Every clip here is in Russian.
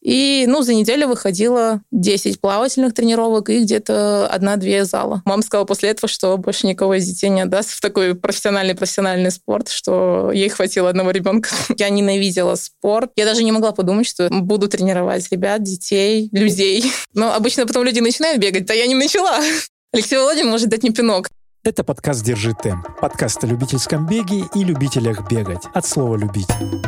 И, за неделю выходило 10 плавательных тренировок и где-то 1-2 зала. Мама сказала после этого, что больше никого из детей не отдаст в такой профессиональный спорт, что ей хватило одного ребенка. Я ненавидела спорт. Я даже не могла подумать, что буду тренировать ребят, детей, людей. Но обычно потом люди начинают бегать, а я не начала. Алексей Володин может дать мне пинок. Это подкаст «Держи темп». Подкаст о любительском беге и любителях бегать. От слова «любить».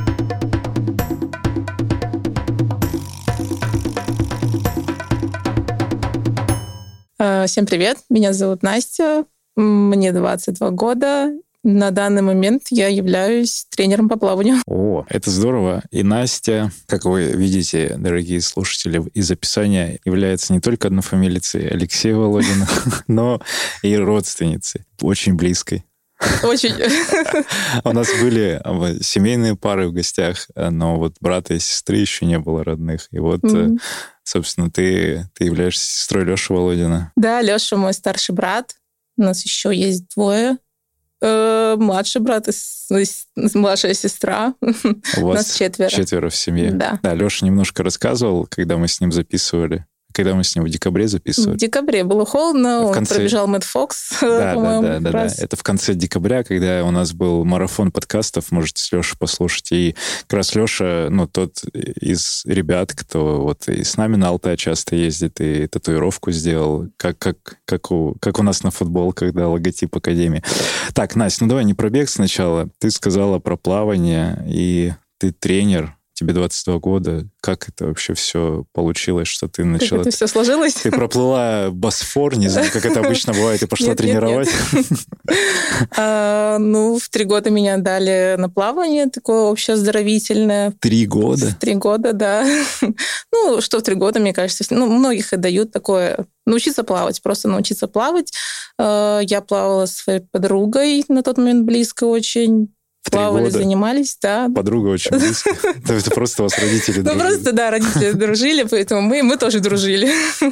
Всем привет, меня зовут Настя, мне 22 года. На данный момент я являюсь тренером по плаванию. О, это здорово. И Настя, как вы видите, дорогие слушатели, из описания является не только однофамилицей Алексея Володина, но и родственницей, очень близкой. Очень. У нас были семейные пары в гостях, но вот брата и сестры еще не было родных. И вот, собственно, ты являешься сестрой Леши Володина. Да, Леша мой старший брат. У нас еще есть двое. Младший брат и младшая сестра. У нас 4. 4 в семье. Да. Да, Леша немножко рассказывал, когда мы с ним записывали. Когда мы с ним в декабре записывали. В декабре было холодно, он пробежал Мэтт Фокс, по-моему. Да. Это в конце декабря, когда у нас был марафон подкастов, можете с Лешей послушать. И как раз Леша, тот из ребят, кто вот и с нами на Алтай часто ездит, и татуировку сделал, как у нас на футболках, да, логотип Академии. Так, Настя, давай не про бег сначала. Ты сказала про плавание, и ты тренер. Тебе 22 года. Как это вообще все получилось, что ты начала... Как это все сложилось? Ты проплыла Босфор, не знаю, как это обычно бывает, и пошла тренировать? В 3 года меня дали на плавание, такое общеоздоровительное. 3 года? 3 года, да. Что в 3 года, мне кажется, многих и дают такое... Научиться плавать, просто научиться плавать. Я плавала с своей подругой, на тот момент близко очень. Плавали, занимались, да. Подруга очень близко. Это просто у вас родители дружили. Просто, да, родители дружили, поэтому мы тоже дружили.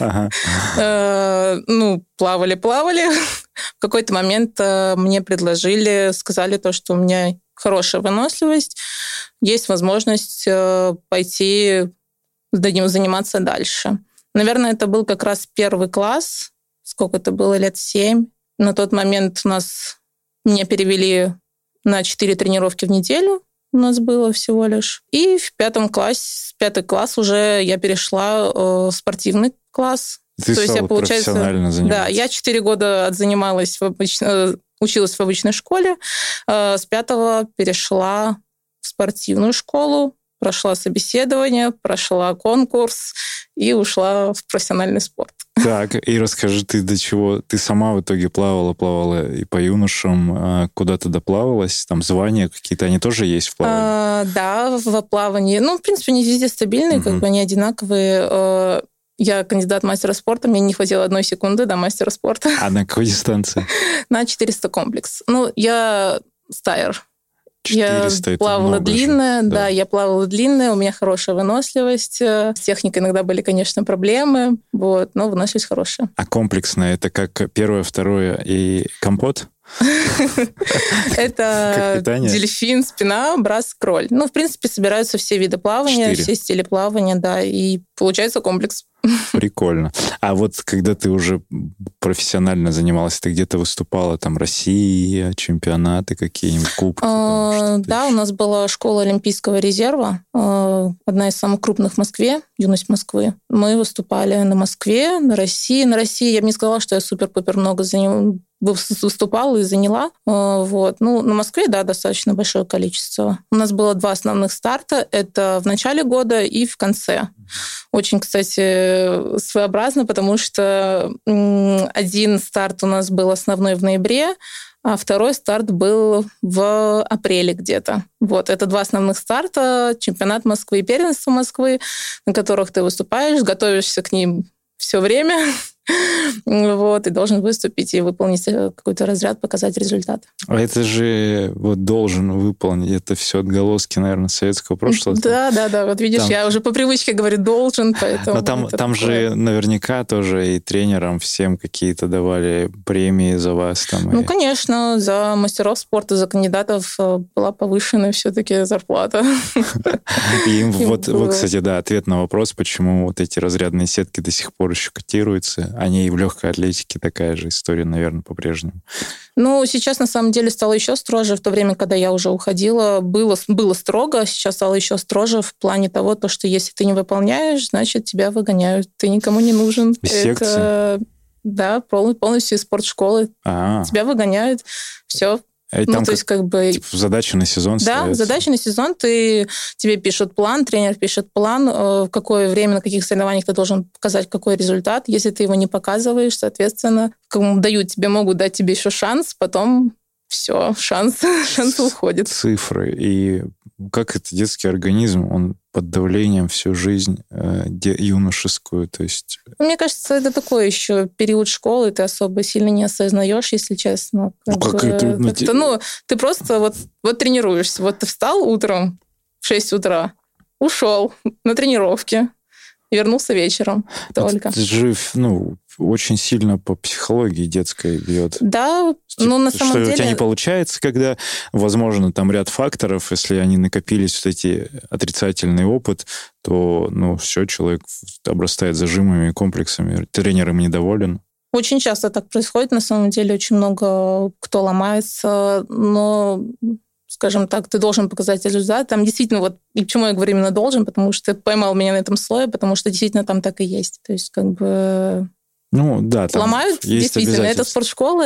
Плавали. В какой-то момент мне предложили, сказали то, что у меня хорошая выносливость, есть возможность пойти заниматься дальше. Наверное, это был как раз 1 класс. Сколько это было? Лет 7. На тот момент меня перевели на 4 тренировки в неделю у нас было всего лишь. И в 5 класс уже я перешла в спортивный класс. Ты стала профессионально заниматься. Да, я 4 года училась в обычной школе. С 5 перешла в спортивную школу, прошла собеседование, прошла конкурс и ушла в профессиональный спорт. Так, и расскажи, ты до чего? Ты сама в итоге плавала и по юношам, куда-то доплавалась? Там звания какие-то, они тоже есть в плавании? Да, в плавании. В принципе, они везде стабильные, они одинаковые. Я кандидат мастера спорта, мне не хватило 1 секунды до мастера спорта. А на какой дистанции? На 400 комплекс. Я стайер. 400 я плавала длинная, да, я плавала длинная, у меня хорошая выносливость. С техникой иногда были, конечно, проблемы, но выносливость хорошая. А комплексная это как 1, 2 и компот? Это дельфин, спина, брас, кроль. В принципе, собираются все виды плавания, 4. все стили плавания, да, и получается комплекс. Прикольно. А вот когда ты уже профессионально занималась, ты где-то выступала, там, Россия, чемпионаты какие-нибудь, кубки? Да, у нас была школа Олимпийского резерва, одна из самых крупных в Москве, «Юность Москвы». Мы выступали на Москве, на России. На России я бы не сказала, что я супер-пупер много выступала и заняла. На Москве, да, достаточно большое количество. У нас было 2 основных старта. Это в начале года и в конце. Очень, кстати, своеобразно, потому что 1 старт у нас был основной в ноябре, а 2 старт был в апреле где-то. Это 2 основных старта, чемпионат Москвы и первенство Москвы, на которых ты выступаешь, готовишься к ним все время. Вот, и должен выступить и выполнить какой-то разряд, показать результат. А это же вот должен выполнить, это все отголоски, наверное, советского прошлого. Да, вот видишь, я уже по привычке говорю «должен», поэтому... Но там же наверняка тоже и тренерам всем какие-то давали премии за вас. Там, Ну, конечно, за мастеров спорта, за кандидатов была повышенная все-таки зарплата. И вот, кстати, да, ответ на вопрос, почему вот эти разрядные сетки до сих пор еще котируются. Они и в легкой атлетике такая же история, наверное, по-прежнему. Ну, сейчас, на самом деле, стало еще строже. В то время, когда я уже уходила, было строго, сейчас стало еще строже в плане того, что если ты не выполняешь, значит, тебя выгоняют. Ты никому не нужен. Из секции? Да, полностью из спортшколы. Тебя выгоняют. Все. Там то есть, как бы... задача на сезон ставится. Да, задача на сезон. Тебе пишут план, тренер пишет план, в какое время, на каких соревнованиях ты должен показать какой результат. Если ты его не показываешь, соответственно, могут дать тебе еще шанс, потом все, шанс уходит. Цифры. И как это детский организм, он под давлением всю жизнь юношескую, то есть... Мне кажется, это такой еще период школы, ты особо сильно не осознаешь, если честно. Ты просто вот тренируешься. Вот ты встал утром в 6 утра, ушел на тренировки, вернулся вечером только. Это же, очень сильно по психологии детской бьет. Да, на самом деле... Что у тебя не получается, когда, возможно, там ряд факторов, если они накопились, вот эти отрицательный опыт, то, все, человек обрастает зажимами, комплексами, тренер им недоволен. Очень часто так происходит, на самом деле, очень много кто ломается, но... скажем так, ты должен показать результат. Там действительно, и почему я говорю именно должен, потому что ты поймал меня на этом слое, потому что действительно там так и есть. То есть, как бы... там ломают, действительно. Это спортшкола,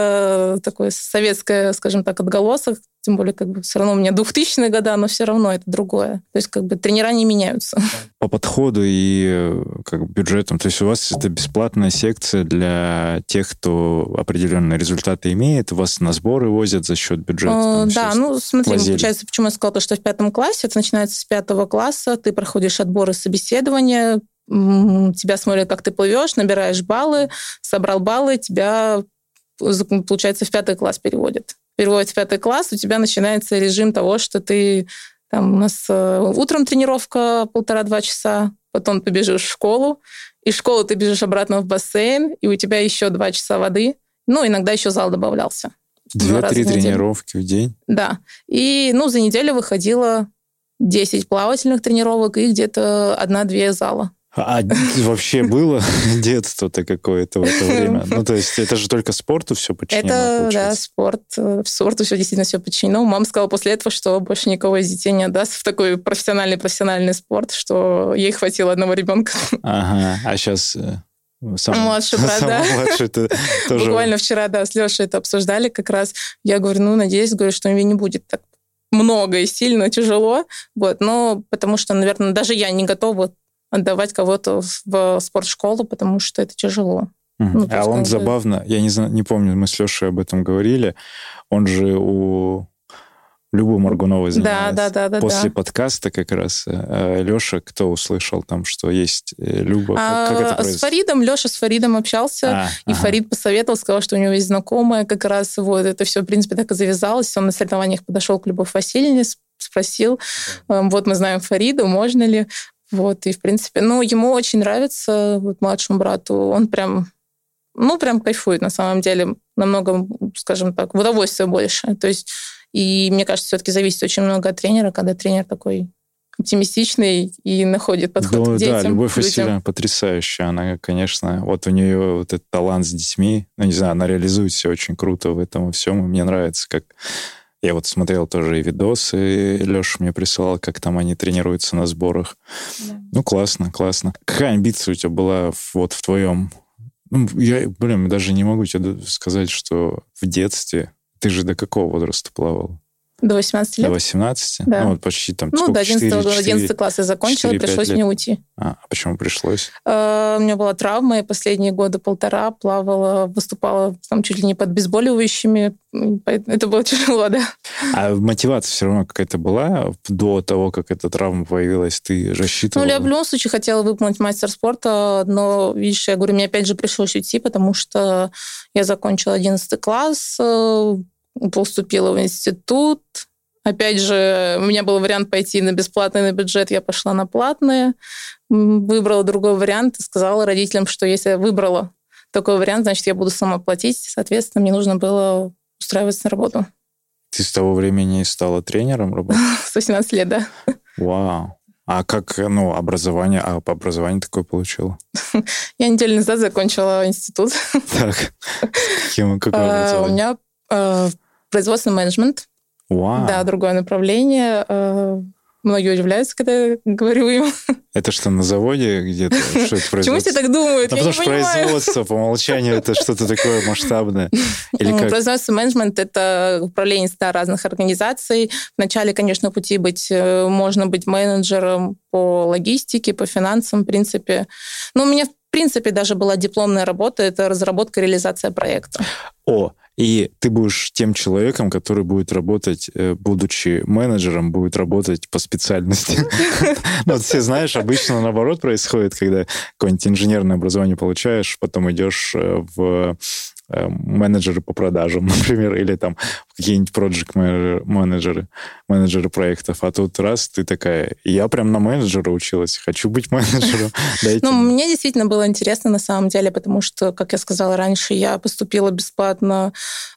это такой советский, скажем так, отголосок. Тем более, как бы все равно у меня 2000-е годы, но все равно это другое. То есть, как бы тренера не меняются. По подходу и бюджетам. То есть у вас это бесплатная секция для тех, кто определенные результаты имеет. Вас на сборы возят за счет бюджета? Да, смотри, получается, почему я сказала, что в 5 классе, это начинается с 5 класса, ты проходишь отборы, собеседования, тебя смотрят, как ты плывешь, набираешь баллы, собрал баллы, тебя, получается, в 5 класс переводят. Переводят в 5 класс, у тебя начинается режим того, что ты... Там у нас утром тренировка 1,5-2 часа, потом ты бежишь в школу, из школы ты бежишь обратно в бассейн, и у тебя еще 2 часа воды. Иногда еще зал добавлялся. 2-3 тренировки в день? Да. И, за неделю выходило 10 плавательных тренировок и где-то 1-2 зала. А вообще было детство-то какое-то в это время? То есть это же только спорту все подчинено, это, получается? Да, спорту действительно все подчинено. Мама сказала после этого, что больше никого из детей не отдаст в такой профессиональный спорт, что ей хватило одного ребенка. Ага, а сейчас... Младший брат, да. Младший, тоже... Буквально вчера, с Лешей это обсуждали как раз. Я говорю, надеюсь, что мне не будет так много и сильно тяжело. Но потому что, наверное, даже я не готова отдавать кого-то в спортшколу, потому что это тяжело. А он забавно, я не помню, мы с Лешей об этом говорили, он же у Любы Моргуновой занимается. Да. После подкаста как раз Леша, кто услышал там, что есть Люба? Как это происходит? Леша с Фаридом общался, Фарид посоветовал, сказал, что у него есть знакомая как раз. Это все, в принципе, так и завязалось. Он на соревнованиях подошел к Любовь Васильевне, спросил, мы знаем Фариду, можно ли? И, в принципе, ему очень нравится, младшему брату, он прям кайфует, на самом деле, намного, скажем так, в удовольствие больше. То есть, и мне кажется, все-таки зависит очень много от тренера, когда тренер такой оптимистичный и находит подход к детям. Да, Любовь Васильевна потрясающая. Она, конечно, у нее этот талант с детьми, не знаю, она реализует все очень круто в этом всем, и мне нравится, как... Я смотрел тоже и видосы, Леша мне присылал, как там они тренируются на сборах. Да. Классно. Какая амбиция у тебя была в твоем... Я, даже не могу тебе сказать, что в детстве... Ты же до какого возраста плавал? До 18 лет. До 18? Да. Ну, вот почти там... Ну, до 11 класса я закончила, пришлось мне уйти. А почему пришлось? У меня была травма, и последние года 1,5 плавала, выступала там чуть ли не под обезболивающими. Это было тяжело, да. А мотивация все равно какая-то была до того, как эта травма появилась? Ты рассчитывала? Ну, я в любом случае хотела выполнить мастер спорта, но, видишь, я говорю, мне опять же пришлось уйти, потому что я закончила 11 класс, поступила в институт. Опять же, у меня был вариант пойти на бесплатный, на бюджет, я пошла на платные. Выбрала другой вариант и сказала родителям, что если я выбрала такой вариант, значит, я буду сама платить. Соответственно, мне нужно было устраиваться на работу. Ты с того времени стала тренером работать? С 18 лет, да. Вау. А как, образование? А по образованию такое получила? Я неделю назад закончила институт. Так. Какое образование? У меня производственный менеджмент. Вау. Да, другое направление. Многие удивляются, когда я говорю им. Это что, на заводе где-то? Что это Почему все так думают? Потому что производство по умолчанию это что-то такое масштабное. Или как? Производственный менеджмент — это управление 100 разных организаций. В начале, конечно, пути можно быть менеджером по логистике, по финансам, в принципе. Но у меня, в принципе, даже была дипломная работа, это разработка и реализация проекта. И ты будешь тем человеком, который будет работать, будучи менеджером, будет работать по специальности. Вот все, знаешь, обычно наоборот происходит, когда какое-нибудь инженерное образование получаешь, потом идешь в менеджеры по продажам, например, или там какие-нибудь проект-менеджеры, менеджеры проектов. А тут раз ты такая, я прям на менеджера училась, хочу быть менеджером. Мне действительно было интересно на самом деле, потому что, как я сказала раньше, я поступила бесплатно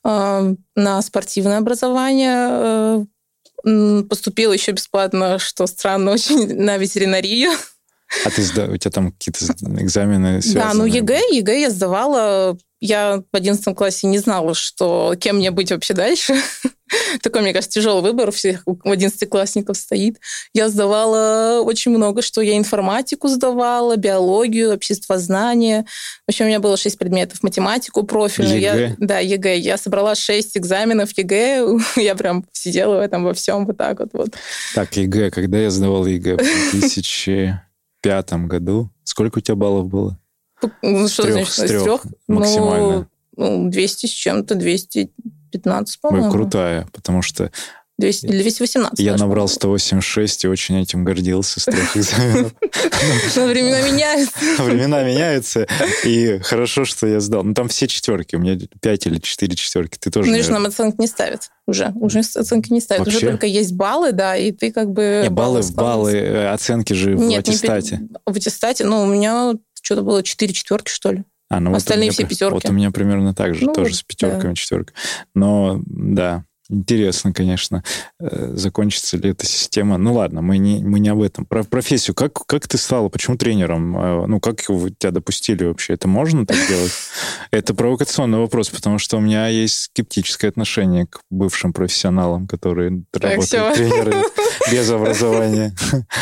на спортивное образование, поступила еще бесплатно, что странно очень, на ветеринарию. А у тебя там какие-то экзамены связаны? Да, ЕГЭ я сдавала. Я в 11 классе не знала, кем мне быть вообще дальше. Такой, мне кажется, тяжелый выбор у всех 11-классников стоит. Я сдавала очень много, что я информатику сдавала, биологию, обществознание. В общем, у меня было 6 предметов. Математику профильную. ЕГЭ. Я собрала 6 экзаменов ЕГЭ. Я прям сидела в этом во всем вот так вот. Так, ЕГЭ. Когда я сдавал ЕГЭ? В 2005 году. Сколько у тебя баллов было? Что значит? С 3? Максимально. 200 с чем-то, 215, по-моему. Ой, крутая, потому что... 218. Я набрал 186 и очень этим гордился с 3 экзаменов. Но времена меняются. Времена меняются, и хорошо, что я сдал. Там все 4, у меня 5 или 4 четверки. Ты тоже, видишь, нам оценки не ставят уже. Уже оценки не ставят. Уже только есть баллы, да, и ты как бы... Баллы, оценки же в аттестате. В аттестате, у меня что-то было 4 четверки, что ли. Остальные все 5. Вот у меня примерно так же, тоже с 5, 4. Но, да, интересно, конечно, закончится ли эта система. Ну ладно, мы не об этом. Про профессию. Как ты стала? Почему тренером? Как тебя допустили вообще? Это можно так делать? Это провокационный вопрос, потому что у меня есть скептическое отношение к бывшим профессионалам, которые работают тренерами без образования.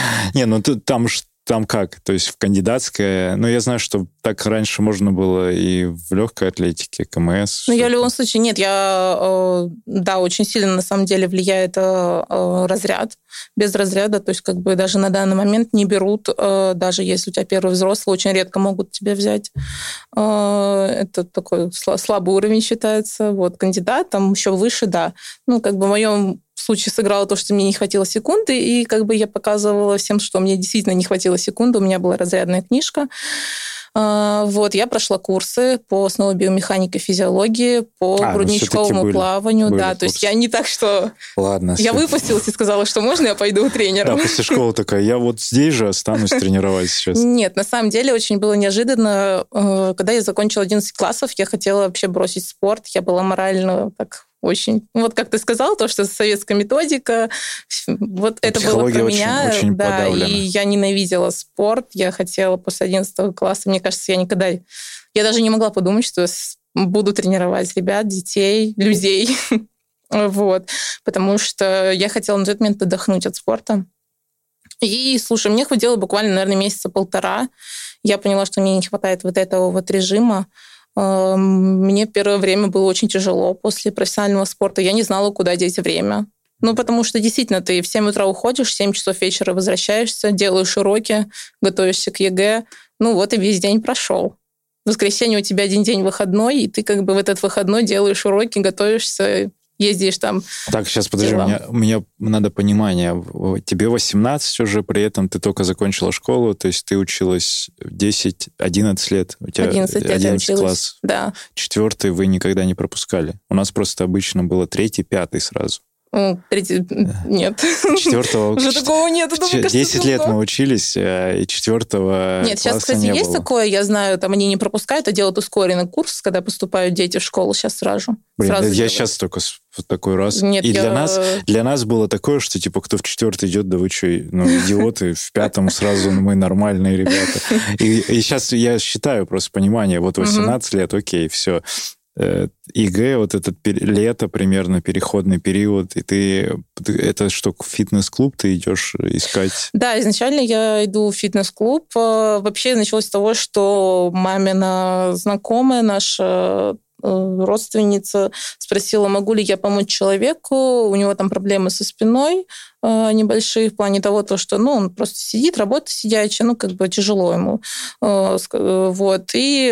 Там как? То есть в кандидатское... я знаю, что так раньше можно было и в легкой атлетике, КМС. Я в любом случае... Нет, очень сильно на самом деле влияет разряд. Без разряда, то есть как бы даже на данный момент не берут, даже если у тебя первый взрослый, очень редко могут тебя взять. Это такой слабый уровень считается. Кандидат, там еще выше, да. В моем случае сыграло то, что мне не хватило секунды, и я показывала всем, что мне действительно не хватило секунды. У меня была разрядная книжка. Я прошла курсы по основе биомеханики, физиологии, по грудничковому плаванию. Да, то есть я не так, что... Ладно. Я выпустилась и сказала, что можно я пойду тренером. Да, после школы такая, я вот здесь же останусь тренировать сейчас. Нет, на самом деле очень было неожиданно. Когда я закончила 11 классов, я хотела вообще бросить спорт. Я была морально очень... как ты сказал, то, что советская методика, это было про меня. Очень да, подавлена. И я ненавидела спорт. Я хотела после 11 класса, мне кажется, я даже не могла подумать, что я буду тренировать ребят, детей, людей. Потому что я хотела на тот момент отдохнуть от спорта. И, слушай, мне хватило буквально, наверное, месяца 1,5. Я поняла, что мне не хватает этого режима. Мне первое время было очень тяжело после профессионального спорта. Я не знала, куда деть время. Ну, потому что действительно ты в 7 утра уходишь, в 7 часов вечера возвращаешься, делаешь уроки, готовишься к ЕГЭ. Ну, вот и весь день прошел. В воскресенье у тебя один день выходной, и ты как бы в этот выходной делаешь уроки, готовишься, ездишь там. Так, сейчас подожди, у меня надо понимание. Тебе 18 уже, при этом ты только закончила школу, то есть ты училась 10-11 лет. У тебя 11 класс. Да. 4 вы никогда не пропускали. У нас просто обычно было 3, 5 сразу. Нет. 4-го... Уже такого нет. 10 лет мы учились, и 4-го Нет, сейчас, кстати, есть такое, я знаю, там они не пропускают, а делают ускоренный курс, когда поступают дети в школу сейчас сразу. Блин, я сейчас только вот такой раз. Нет, и для нас было такое, что типа кто в 4-й идет, да вы что, идиоты, в 5-м сразу мы нормальные ребята. И сейчас я считаю просто понимание, вот 18 лет, окей, все. ЕГЭ, вот этот лето примерно, переходный период, и ты это что, в фитнес-клуб ты идешь искать? Да, изначально я иду в фитнес-клуб. Вообще началось с того, что мамина знакомая, наша родственница, спросила, могу ли я помочь человеку, у него там проблемы со спиной небольшие в плане того, что он просто сидит, работа сидячая, как бы тяжело ему. Вот. И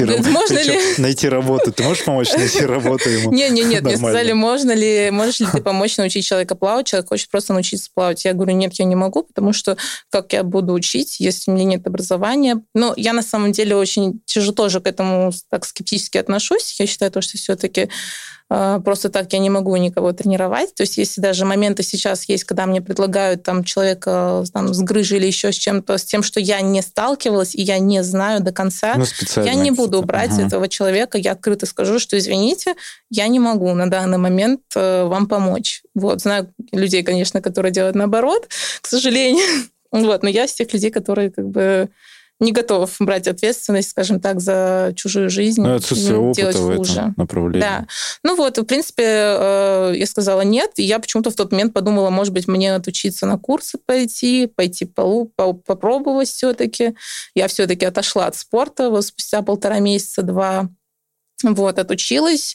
найти работу. Ты можешь помочь найти работу ему? Нет, мне сказали, можешь ли ты помочь научить человека плавать? Человек хочет просто научиться плавать. Я говорю, нет, я не могу, потому что как я буду учить, если у меня нет образования? Но я на самом деле очень тоже к этому так скептически отношусь. Я считаю, что все-таки просто так я не могу никого тренировать. То есть если даже моменты сейчас есть, когда мне предлагают человека с грыжей или еще с чем-то, с тем, что я не сталкивалась и я не знаю до конца, я не буду брать этого человека. Я открыто скажу, что, извините, я не могу на данный момент вам помочь. Вот. Знаю людей, конечно, которые делают наоборот, к сожалению. Вот. Но я из тех людей, которые как бы не готов брать ответственность, скажем так, за чужую жизнь. Отсутствие опыта в этом направлении. Да. В принципе, я сказала нет, и я почему-то в тот момент подумала, может быть, мне отучиться на курсы пойти попробовать все-таки. Я все-таки отошла от спорта спустя 1,5 месяца, 2. Вот, отучилась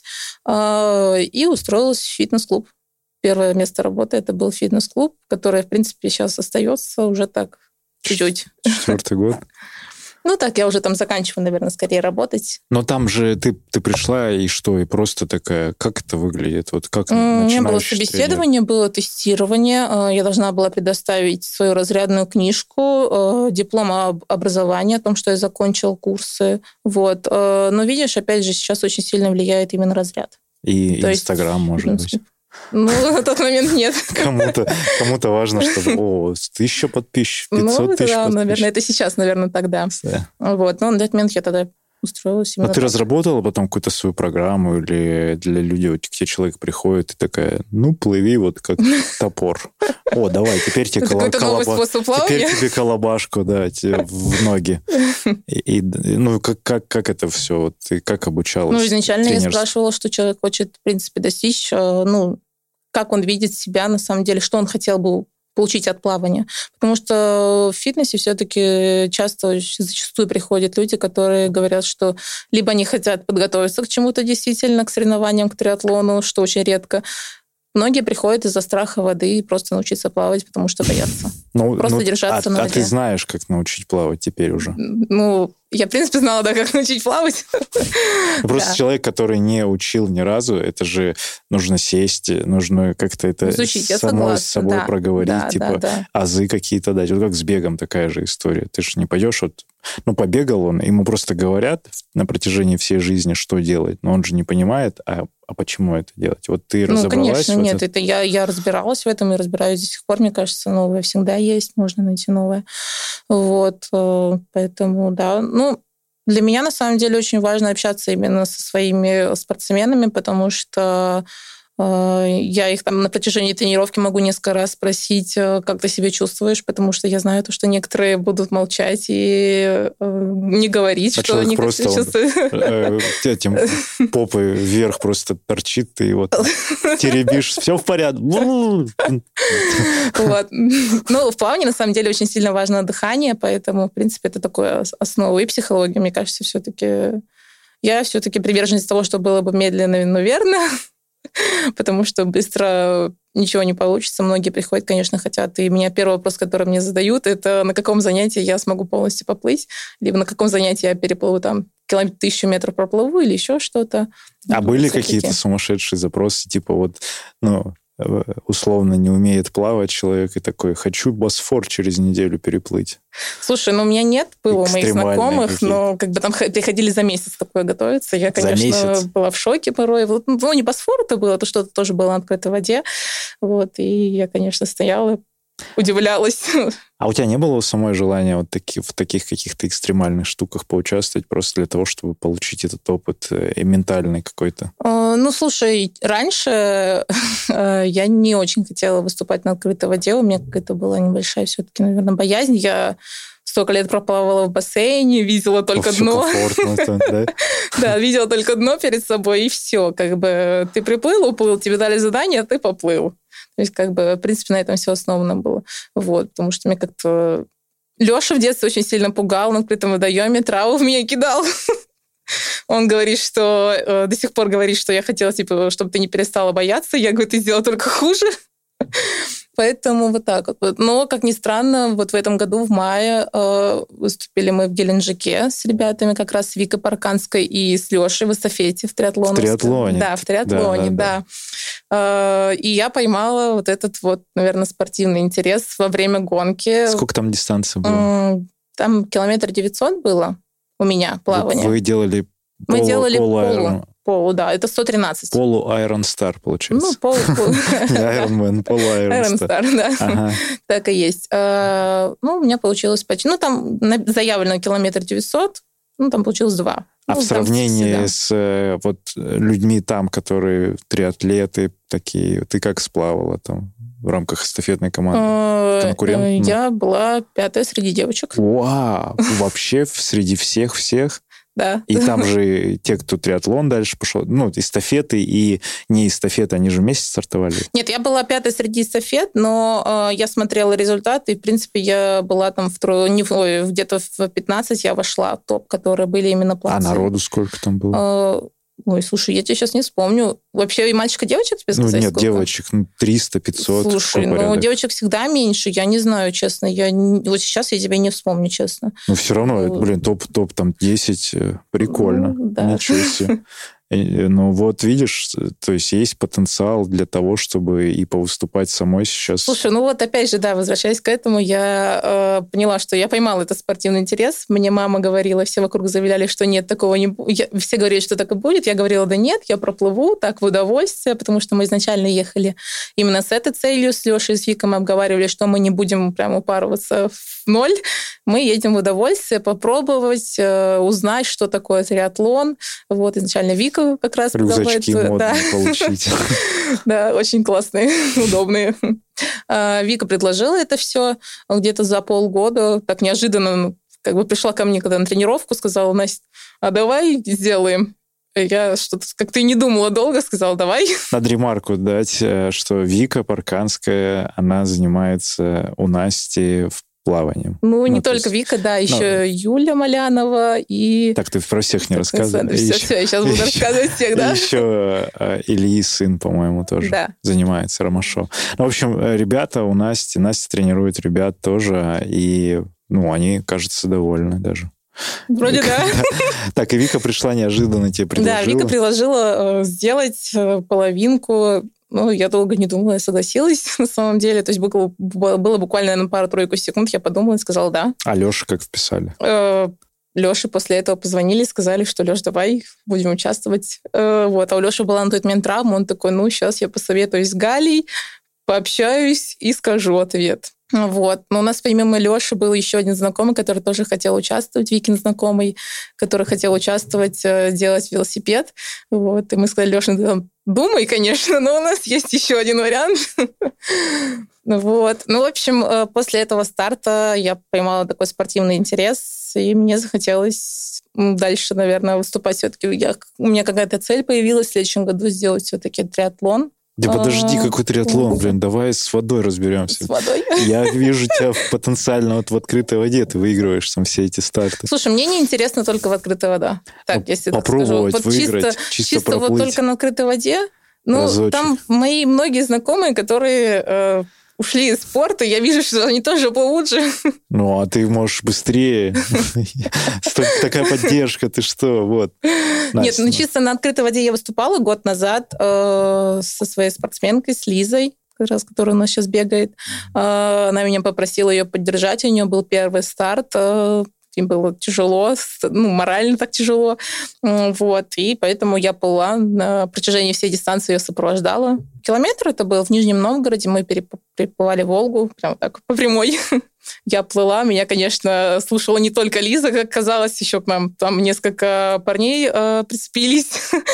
и устроилась в фитнес-клуб. Первое место работы это был фитнес-клуб, который, в принципе, сейчас остается уже так чуть-чуть. 4-й год. Так, я уже там заканчиваю, наверное, скорее работать. Но там же ты пришла, и что? И просто такая, как это выглядит? Вот как у меня было собеседование, было тестирование. Я должна была предоставить свою разрядную книжку, диплом об образовании, о том, что я закончила курсы. Вот. Но, видишь, опять же, сейчас очень сильно влияет именно разряд. И Инстаграм, может быть. На тот момент нет. Кому-то важно, чтобы 1000 подписчиков, 500 тысяч подписчиков. Наверное, это сейчас, наверное, тогда. Да. Вот. Но на этот момент я тогда устроилась именно. А ты разработала потом какую-то свою программу или для людей, вот, где человек приходит и такая, плыви вот как топор. Давай, теперь тебе колобашку, да, в ноги. И как это все? Ты как обучалась? Изначально я спрашивала, что человек хочет, в принципе, достичь, как он видит себя на самом деле, что он хотел бы получить от плавания. Потому что в фитнесе все-таки зачастую приходят люди, которые говорят, что либо они хотят подготовиться к чему-то действительно, к соревнованиям, к триатлону, что очень редко. Многие приходят из-за страха воды и просто научиться плавать, потому что боятся. Просто держаться на воде. А ты знаешь, как научить плавать теперь уже? Я, в принципе, знала, как научить плавать. Просто человек, который не учил ни разу, это же нужно сесть, нужно как-то это самой с собой проговорить, азы какие-то дать. Вот как с бегом такая же история. Ты же не пойдешь, побегал он, ему просто говорят на протяжении всей жизни, что делать, но он же не понимает, а почему это делать? Вот ты разобралась? Конечно, нет. Это я разбиралась в этом и разбираюсь до сих пор. Мне кажется, новое всегда есть, можно найти новое. Вот. Поэтому, да. Для меня, на самом деле, очень важно общаться именно со своими спортсменами, потому что я их там на протяжении тренировки могу несколько раз спросить, как ты себя чувствуешь, потому что я знаю, что некоторые будут молчать и не говорить, что они как себя чувствуют. Этим попой вверх просто торчит, ты вот теребишь, все в порядке. Вот. В плавании, на самом деле, очень сильно важно дыхание, поэтому, в принципе, это такое основа. И психология, мне кажется, все-таки... Я все-таки приверженец того, что было бы медленно, но верно. Потому что быстро ничего не получится. Многие приходят, конечно, хотят. И меня первый вопрос, который мне задают, это на каком занятии я смогу полностью поплыть, либо на каком занятии я переплыву там 1000 метров проплыву или еще что-то. А были какие-то сумасшедшие запросы, типа вот, условно не умеет плавать человек и такой, хочу Босфор через неделю переплыть. Слушай, у меня нет, было у моих знакомых, но как бы там приходили за месяц такое готовиться. Я, конечно, была в шоке порой. Не Босфор это было, то что-то тоже было на открытой воде. Вот, и я, конечно, стояла, удивлялась. А у тебя не было самой желания вот в таких каких-то экстремальных штуках поучаствовать просто для того, чтобы получить этот опыт и ментальный какой-то? Слушай, раньше я не очень хотела выступать на открытой воде. У меня какая-то была небольшая все-таки, наверное, боязнь. Я столько лет проплавала в бассейне, видела только дно. Да, видела только дно перед собой, и все. Как бы ты приплыл, уплыл, тебе дали задание, а ты поплыл. То есть, как бы, в принципе, на этом все основано было. Вот, потому что мне как-то... Леша в детстве очень сильно пугал на открытом водоеме, траву в меня кидал. Он говорит, что... До сих пор говорит, что я хотела, чтобы ты не перестала бояться. Я говорю, ты сделала только хуже. Поэтому вот так вот. Но, как ни странно, вот в этом году, в мае, выступили мы в Геленджике с ребятами, как раз с Викой Парканской и с Лешей в эстафете, в триатлоне. В триатлоне? Да, в триатлоне, да. И я поймала вот этот вот, наверное, спортивный интерес во время гонки. Сколько там дистанции было? Там 900 километров было у меня плавание. Вы делали Мы делали полу, да, это 113. Полу-Айрон Стар, получается. Не Айронмен, полу-Айрон Стар. Да. Так и есть. У меня получилось почти... там заявлено 900 километров, там получилось 2. А в сравнении с людьми там, которые триатлеты такие, ты как сплавала там в рамках эстафетной команды? Конкурент? Я была 5-я среди девочек. Вау! Вообще среди всех-всех? Да. И там же те, кто триатлон дальше пошел, эстафеты и не эстафеты, они же вместе стартовали? Нет, я была 5-й среди эстафет, но я смотрела результаты, и, в принципе, я была там где-то в 15 я вошла в топ, которые были именно плавцы. А народу сколько там было? Ой, слушай, я тебе сейчас не вспомню. Вообще и мальчик, и девочек тебе сказать? Нет, сколько? Девочек 300, 500. Слушай, девочек всегда меньше, я не знаю, честно. Вот сейчас я тебя не вспомню, честно. Но все равно, топ там 10, прикольно. Да. Ничего себе. Вот видишь, то есть потенциал для того, чтобы и повыступать самой сейчас. Слушай, опять же, да, возвращаясь к этому, я поняла, что я поймала этот спортивный интерес. Мне мама говорила, все вокруг заявляли, что нет, такого не будет. Все говорили, что так и будет. Я говорила, да нет, я проплыву так в удовольствие, потому что мы изначально ехали именно с этой целью. С Лешей и с Викой мы обговаривали, что мы не будем прям упарываться в ноль. Мы едем в удовольствие попробовать, узнать, что такое триатлон. Вот, изначально Вика как раз рюкзачки модные получить. Да, очень классные, удобные. Вика предложила это все где-то за полгода, так неожиданно, пришла ко мне когда на тренировку, сказала, Настя, а давай сделаем. Я что-то как-то и не думала долго, сказала, давай. Надо ремарку дать, что Вика Парканская, она занимается у Насти в плаванием. Не только Вика, да, еще Юля Малянова и... Так, ты про всех не рассказывай. Все, я сейчас буду рассказывать всех, да. Еще Ильи сын, по-моему, тоже занимается, Ромашов. В общем, ребята у Насти тренирует ребят тоже, и, они, кажется, довольны даже. Вроде да. Так, и Вика пришла неожиданно, тебе предложила? Да, Вика предложила сделать половинку. Я долго не думала, я согласилась на самом деле. То есть было буквально, наверное, пару-тройку секунд, я подумала и сказала «да». А Леша как вписали? Леше после этого позвонили, сказали, что Леш, давай будем участвовать. А у Леши была на тот момент травма, он такой, сейчас я посоветуюсь с Галей, пообщаюсь и скажу ответ. Но у нас помимо Леши был еще один знакомый, который тоже хотел участвовать, Викин знакомый, который хотел участвовать, делать велосипед. И мы сказали, Леша, думай, конечно, но у нас есть еще один вариант. В общем, после этого старта я поймала такой спортивный интерес, и мне захотелось дальше, наверное, выступать все-таки. У меня какая-то цель появилась в следующем году сделать все-таки триатлон. Да подожди, какой триатлон, давай с водой разберемся. С водой? Я вижу тебя потенциально в открытой воде, ты выигрываешь там все эти старты. Слушай, мне не интересно только в открытой воде. Так, если попробовать, так скажу. Выиграть, чисто проплыть. Только на открытой воде. Ну, разочек. там мои многие знакомые, которые ушли из спорта, я вижу, что они тоже получше. Ну, а ты можешь быстрее. Такая поддержка, ты что, вот. Нет, ну чисто на открытой воде я выступала год назад со своей спортсменкой, с Лизой, как раз, которая у нас сейчас бегает. Она меня попросила ее поддержать, у нее был первый старт. Им было тяжело, ну, морально так тяжело. Вот. И поэтому я плыла на протяжении всей дистанции, ее сопровождала. Километр это был в Нижнем Новгороде. Мы переплывали Волгу, прям так, по прямой. Я плыла, меня, конечно, слушала не только Лиза, как казалось, еще к нам там несколько парней прицепились.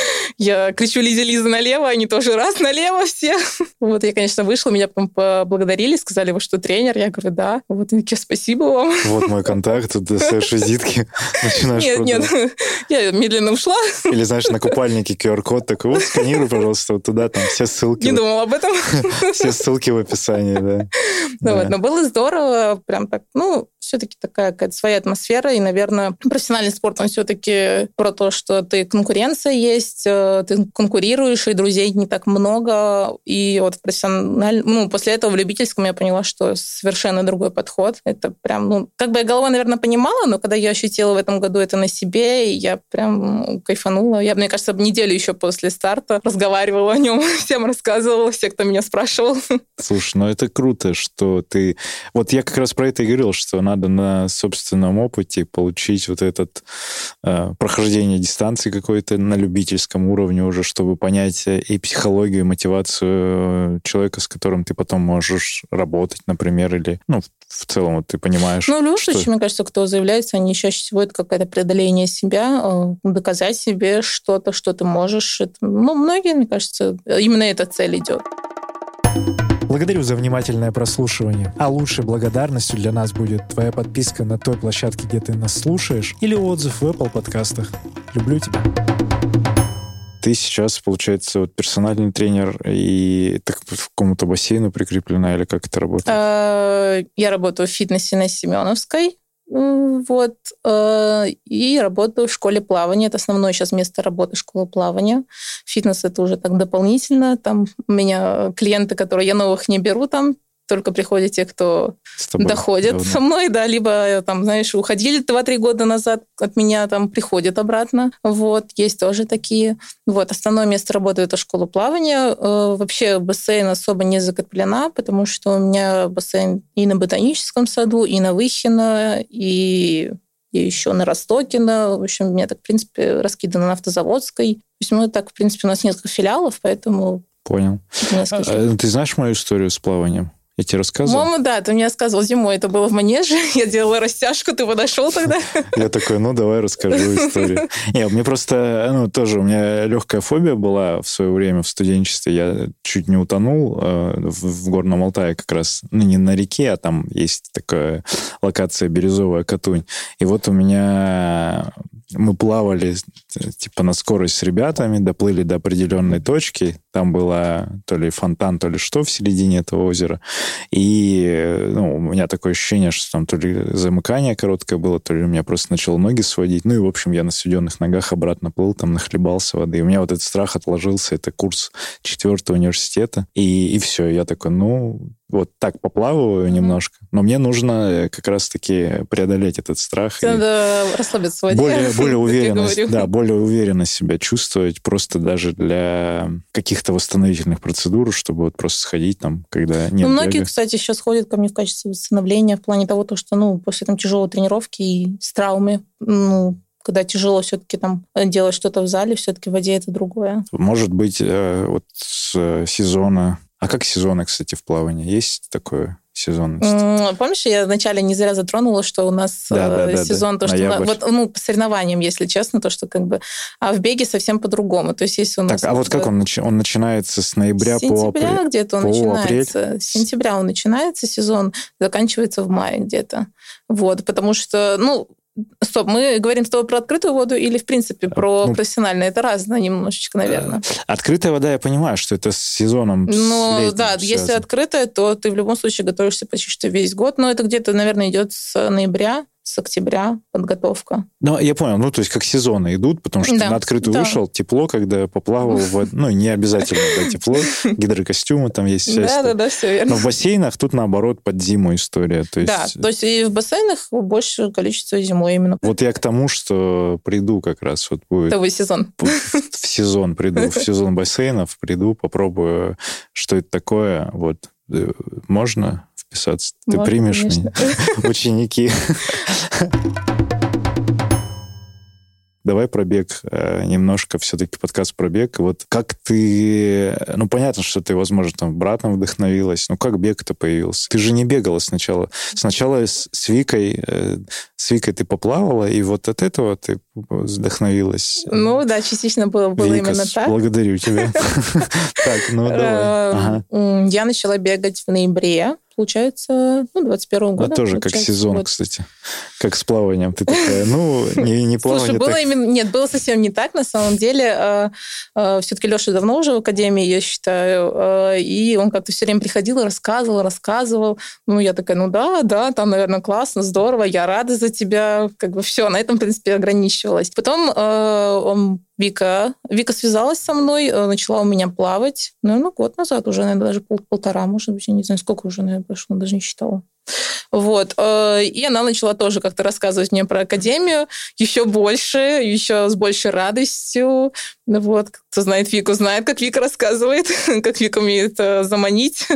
Я кричу Лизе: Лиза, налево, они тоже раз налево все. Вот я, конечно, вышла, меня потом поблагодарили, сказали: вы что, тренер? Я говорю: да. Вот они такие: спасибо вам. Вот мой контакт, тут достаешь визитки, начинаешь Нет, я медленно ушла. Или, знаешь, на купальнике QR-код такой: вот сканируй, пожалуйста, вот туда, там все ссылки. Не думала об этом. Все ссылки в описании, да. Ну вот, но было здорово, прям так, ну, все-таки такая какая-то своя атмосфера, и, наверное, профессиональный спорт, он все-таки про то, что конкуренция есть, ты конкурируешь, и друзей не так много, и вот в профессиональном, ну, после этого в любительском я поняла, что совершенно другой подход. Это прям, ну, как бы я головой, наверное, понимала, но когда я ощутила в этом году это на себе, я прям кайфанула. Я, мне кажется, неделю еще после старта разговаривала о нем, всем рассказывала, все, кто меня спрашивал. Слушай, ну это круто, что ты... Вот я как раз про это и говорил, что надо на собственном опыте получить вот этот прохождение дистанции какой-то на любительском уровне уже, чтобы понять и психологию, и мотивацию человека, с которым ты потом можешь работать, например, или, ну, в целом вот ты понимаешь... Ну, в любом случае, мне кажется, кто заявляется, они чаще всего это какое-то преодоление себя, доказать себе что-то, что ты можешь. Это, ну, многие, мне кажется, именно эта цель идет. Благодарю за внимательное прослушивание. А лучшей благодарностью для нас будет твоя подписка на той площадке, где ты нас слушаешь, или отзыв в Apple подкастах. Люблю тебя. Ты сейчас, получается, вот персональный тренер, и ты к какому-то бассейну прикреплена, или как это работает? Я работаю в фитнесе на Семеновской. Вот. И работаю в школе плавания. Это основное сейчас место работы — школа плавания. Фитнес — это уже так дополнительно. Там у меня клиенты, которые я новых не беру, там только приходят те, кто доходят со мной, да, либо там, знаешь, уходили 2-3 года назад от меня, там приходят обратно. Вот, есть тоже такие. Вот, основное место работы — это школа плавания. Вообще бассейн особо не закреплена, потому что у меня бассейн и на Ботаническом саду, и на Выхино, и еще на Ростокино. В общем, у меня так, в принципе, раскидано на Автозаводской. То есть мы так, в принципе, у нас несколько филиалов, поэтому... Понял. Ты знаешь мою историю с плаванием? Я тебе рассказывал? Мама, да, ты мне рассказывал зимой. Это было в манеже. Я делала растяжку, ты подошел тогда. Я такой: ну, давай расскажу историю. Нет, мне просто, ну, тоже у меня легкая фобия была в свое время в студенчестве. Я чуть не утонул в Горном Алтае как раз. Ну, не на реке, а там есть такая локация Бирюзовая Катунь. И вот у меня... Мы плавали типа на скорость с ребятами, доплыли до определенной точки. Там была то ли фонтан, то ли что в середине этого озера. И ну, у меня такое ощущение, что там то ли замыкание короткое было, то ли у меня просто начало ноги сводить. Ну и, в общем, я на сведенных ногах обратно плыл, там нахлебался воды. И у меня вот этот страх отложился. Это курс 4-го университета. И все. Я такой: ну... Вот так поплаваю немножко. Но мне нужно как раз-таки преодолеть этот страх. Надо расслабиться в воде. Более уверенно себя чувствовать, просто даже для каких-то восстановительных процедур, чтобы вот просто сходить там, когда нет многие, бега. кстати, сейчас ходят ко мне в качестве восстановления в плане того, что, ну, после там тяжелой тренировки и с травмой, ну, когда тяжело все-таки там делать что-то в зале, все-таки в воде это другое. Может быть, вот с сезона... А как сезоны, кстати, в плавании? Есть такое сезонность? Помнишь, я вначале не зря затронула, что у нас сезон, то, что вот, ну, по соревнованиям, если честно, то, что как бы... А в беге совсем по-другому. То есть если у нас... Так, а вот как он начинается с ноября по апрель? С сентября где-то он начинается. С сентября он начинается сезон, заканчивается в мае где-то. Вот, потому что, ну... Стоп, мы говорим с тобой про открытую воду или, в принципе, про профессиональную? Это разное немножечко, наверное. Открытая вода, я понимаю, что это с сезоном. Ну, да, если открытая, то ты в любом случае готовишься почти что весь год. Но это где-то, наверное, идет с ноября. с октября подготовка. Ну, я понял, ну, то есть как сезоны идут, потому что на открытую вышел, тепло, когда поплавал, ну, не обязательно, да, тепло, гидрокостюмы там есть. Да, все верно. Но в бассейнах тут, наоборот, под зиму история. То есть... Да, то есть и в бассейнах больше количество зимой именно. Вот я к тому, что приду как раз, вот будет... Новый сезон. В сезон приду, в сезон бассейнов приду, попробую, что это такое, вот. Можно вписаться? Ты примешь меня? Ученики. Давай про бег немножко, все-таки подкаст про бег. Вот как ты... Ну, понятно, что ты, возможно, там братом вдохновилась. Ну, как бег-то появился? Ты же не бегала сначала. Сначала с Викой ты поплавала, и вот от этого ты вдохновилась. Ну, да, частично было именно так. Благодарю тебя. Так, ну, давай. Я начала бегать в ноябре. Получается, 21-го года. А тоже как сезон, вот. Кстати. Как с плаванием. Ты такая, не плавание. Слушай, Нет, было совсем не так, на самом деле. Все-таки Леша давно уже в академии, я считаю, и он как-то все время приходил и рассказывал. Ну, я такая, да, там, наверное, классно, здорово, я рада за тебя. Как бы все, на этом, в принципе, ограничивалась. Потом Вика связалась со мной, начала у меня плавать, год назад уже, наверное, даже полтора, может быть, я не знаю, сколько уже, наверное, прошло, даже не считала. Вот. И она начала тоже как-то рассказывать мне про академию еще больше, еще с большей радостью. Вот. Кто знает Вику, знает, как Вика рассказывает, как Вика умеет заманить.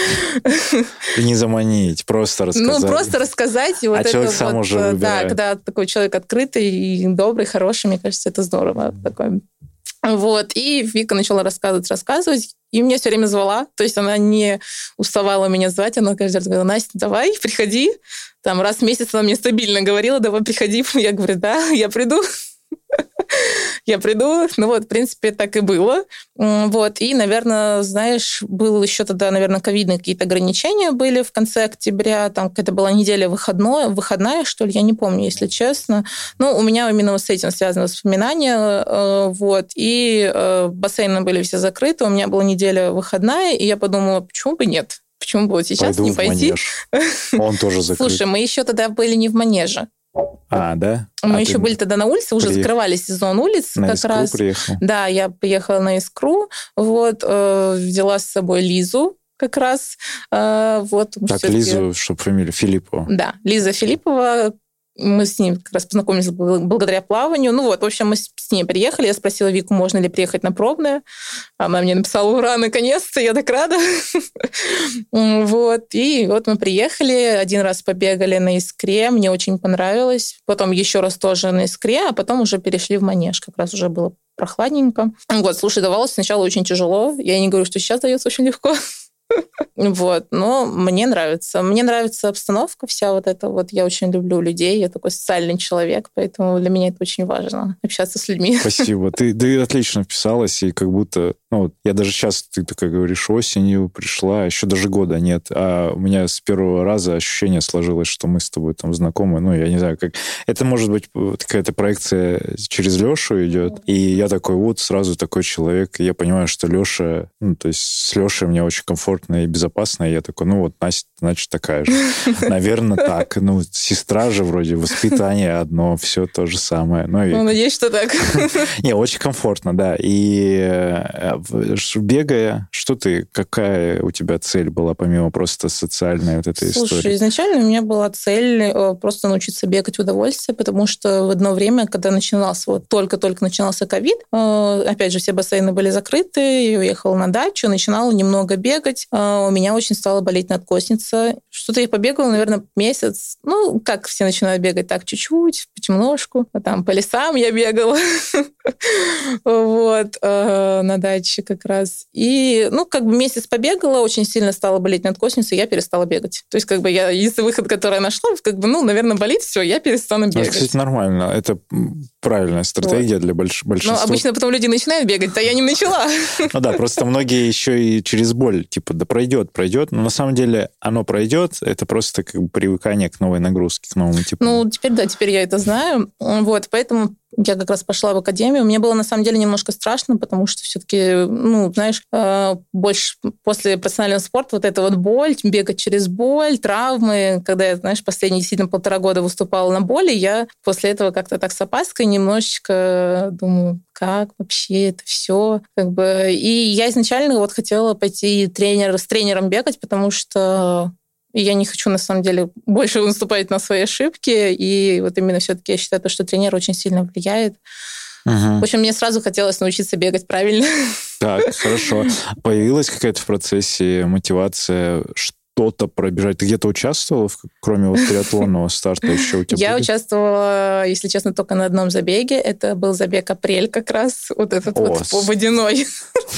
Не заманить, просто рассказать. Просто рассказать. И вот это человек сам уже выбирает. Да, когда такой человек открытый и добрый, хороший, мне кажется, это здорово. Такое. Вот. И Вика начала рассказывать, и меня все время звала. То есть она не уставала меня звать, она каждый раз говорила: Настя, давай, приходи. Там раз в месяц она мне стабильно говорила: давай, приходи. Я говорю: да, я приду. Я приду. В принципе, так и было. Вот. И, наверное, знаешь, было еще тогда, наверное, ковидные какие-то ограничения были в конце октября. Там какая-то была неделя выходная, что ли, я не помню, если честно. У меня именно с этим связано воспоминания. Вот. И бассейны были все закрыты. У меня была неделя выходная, и я подумала, почему бы нет? Почему бы вот сейчас не пойти? Он тоже закрыт. Слушай, мы еще тогда были не в манеже. Да? Мы еще были тогда на улице, уже закрывали сезон улиц. На как Искру раз. Приехал? Да, я приехала на Искру, взяла с собой Лизу как раз. Так, Лизу, что фамилия? Филиппова. Да, Лиза Филиппова. Мы с ней как раз познакомились благодаря плаванию. В общем, мы с ней приехали. Я спросила Вику, можно ли приехать на пробное. Она мне написала: ура, наконец-то, я так рада. Вот. И вот мы приехали, один раз побегали на Искре, мне очень понравилось. Потом еще раз тоже на Искре, а потом уже перешли в манеж. Как раз уже было прохладненько. Вот, слушай, давалось сначала очень тяжело. Я не говорю, что сейчас дается очень легко. Вот, но мне нравится. Мне нравится обстановка вся вот эта. Вот я очень люблю людей, я такой социальный человек, поэтому для меня это очень важно, общаться с людьми. Спасибо. Ты отлично вписалась, и как будто... я даже сейчас, ты такая говоришь, осенью пришла, еще даже года нет, а у меня с первого раза ощущение сложилось, что мы с тобой там знакомы. Я не знаю, как... Это, может быть, какая-то проекция через Лешу идет, и я такой, сразу такой человек, и я понимаю, что Леша... то есть с Лешей мне очень комфортно и безопасно, и я такой, Настя, значит, такая же. Наверное, так. Сестра же вроде, воспитание одно, все то же самое. Надеюсь, что так. Не, очень комфортно, да. И бегая, какая у тебя цель была, помимо просто социальной вот этой истории? Слушай, изначально у меня была цель просто научиться бегать в удовольствие, потому что в одно время, когда только-только начинался ковид, опять же, все бассейны были закрыты, я уехала на дачу, начинала немного бегать, у меня очень стала болеть надкосница. Что-то я побегала, наверное, месяц. Как все начинают бегать, так чуть-чуть, потемножку. А там по лесам я бегала. Вот, на даче как раз. И, месяц побегала, очень сильно стала болеть надкосница, и я перестала бегать. То есть, я единственный выход, который я нашла, наверное, болит, все, я перестану бегать. Это, кстати, нормально. Это правильная стратегия для большинства. Обычно потом люди начинают бегать, а я не начала. Да, просто многие еще и через боль, да пройдет, но на самом деле оно пройдет, это просто привыкание к новой нагрузке, к новому типу. Теперь я это знаю, вот, поэтому я как раз пошла в академию. Мне было, на самом деле, немножко страшно, потому что все-таки, знаешь, больше после профессионального спорта вот эта вот боль, бегать через боль, травмы. Когда я, знаешь, последние действительно 1,5 года выступала на боли, я после этого как-то так с опаской немножечко думаю, как вообще это все. И я изначально вот хотела пойти с тренером бегать, потому что я не хочу, на самом деле, больше наступать на свои ошибки. И вот именно все-таки я считаю, что тренер очень сильно влияет. В общем, мне сразу хотелось научиться бегать правильно. Так, хорошо. Появилась какая-то в процессе мотивация что-то пробежать? Ты где-то участвовала, кроме вот триатлонного старта еще у тебя? Я участвовала, если честно, только на одном забеге. Это был забег «Апрель» как раз. Вот этот вот водяной.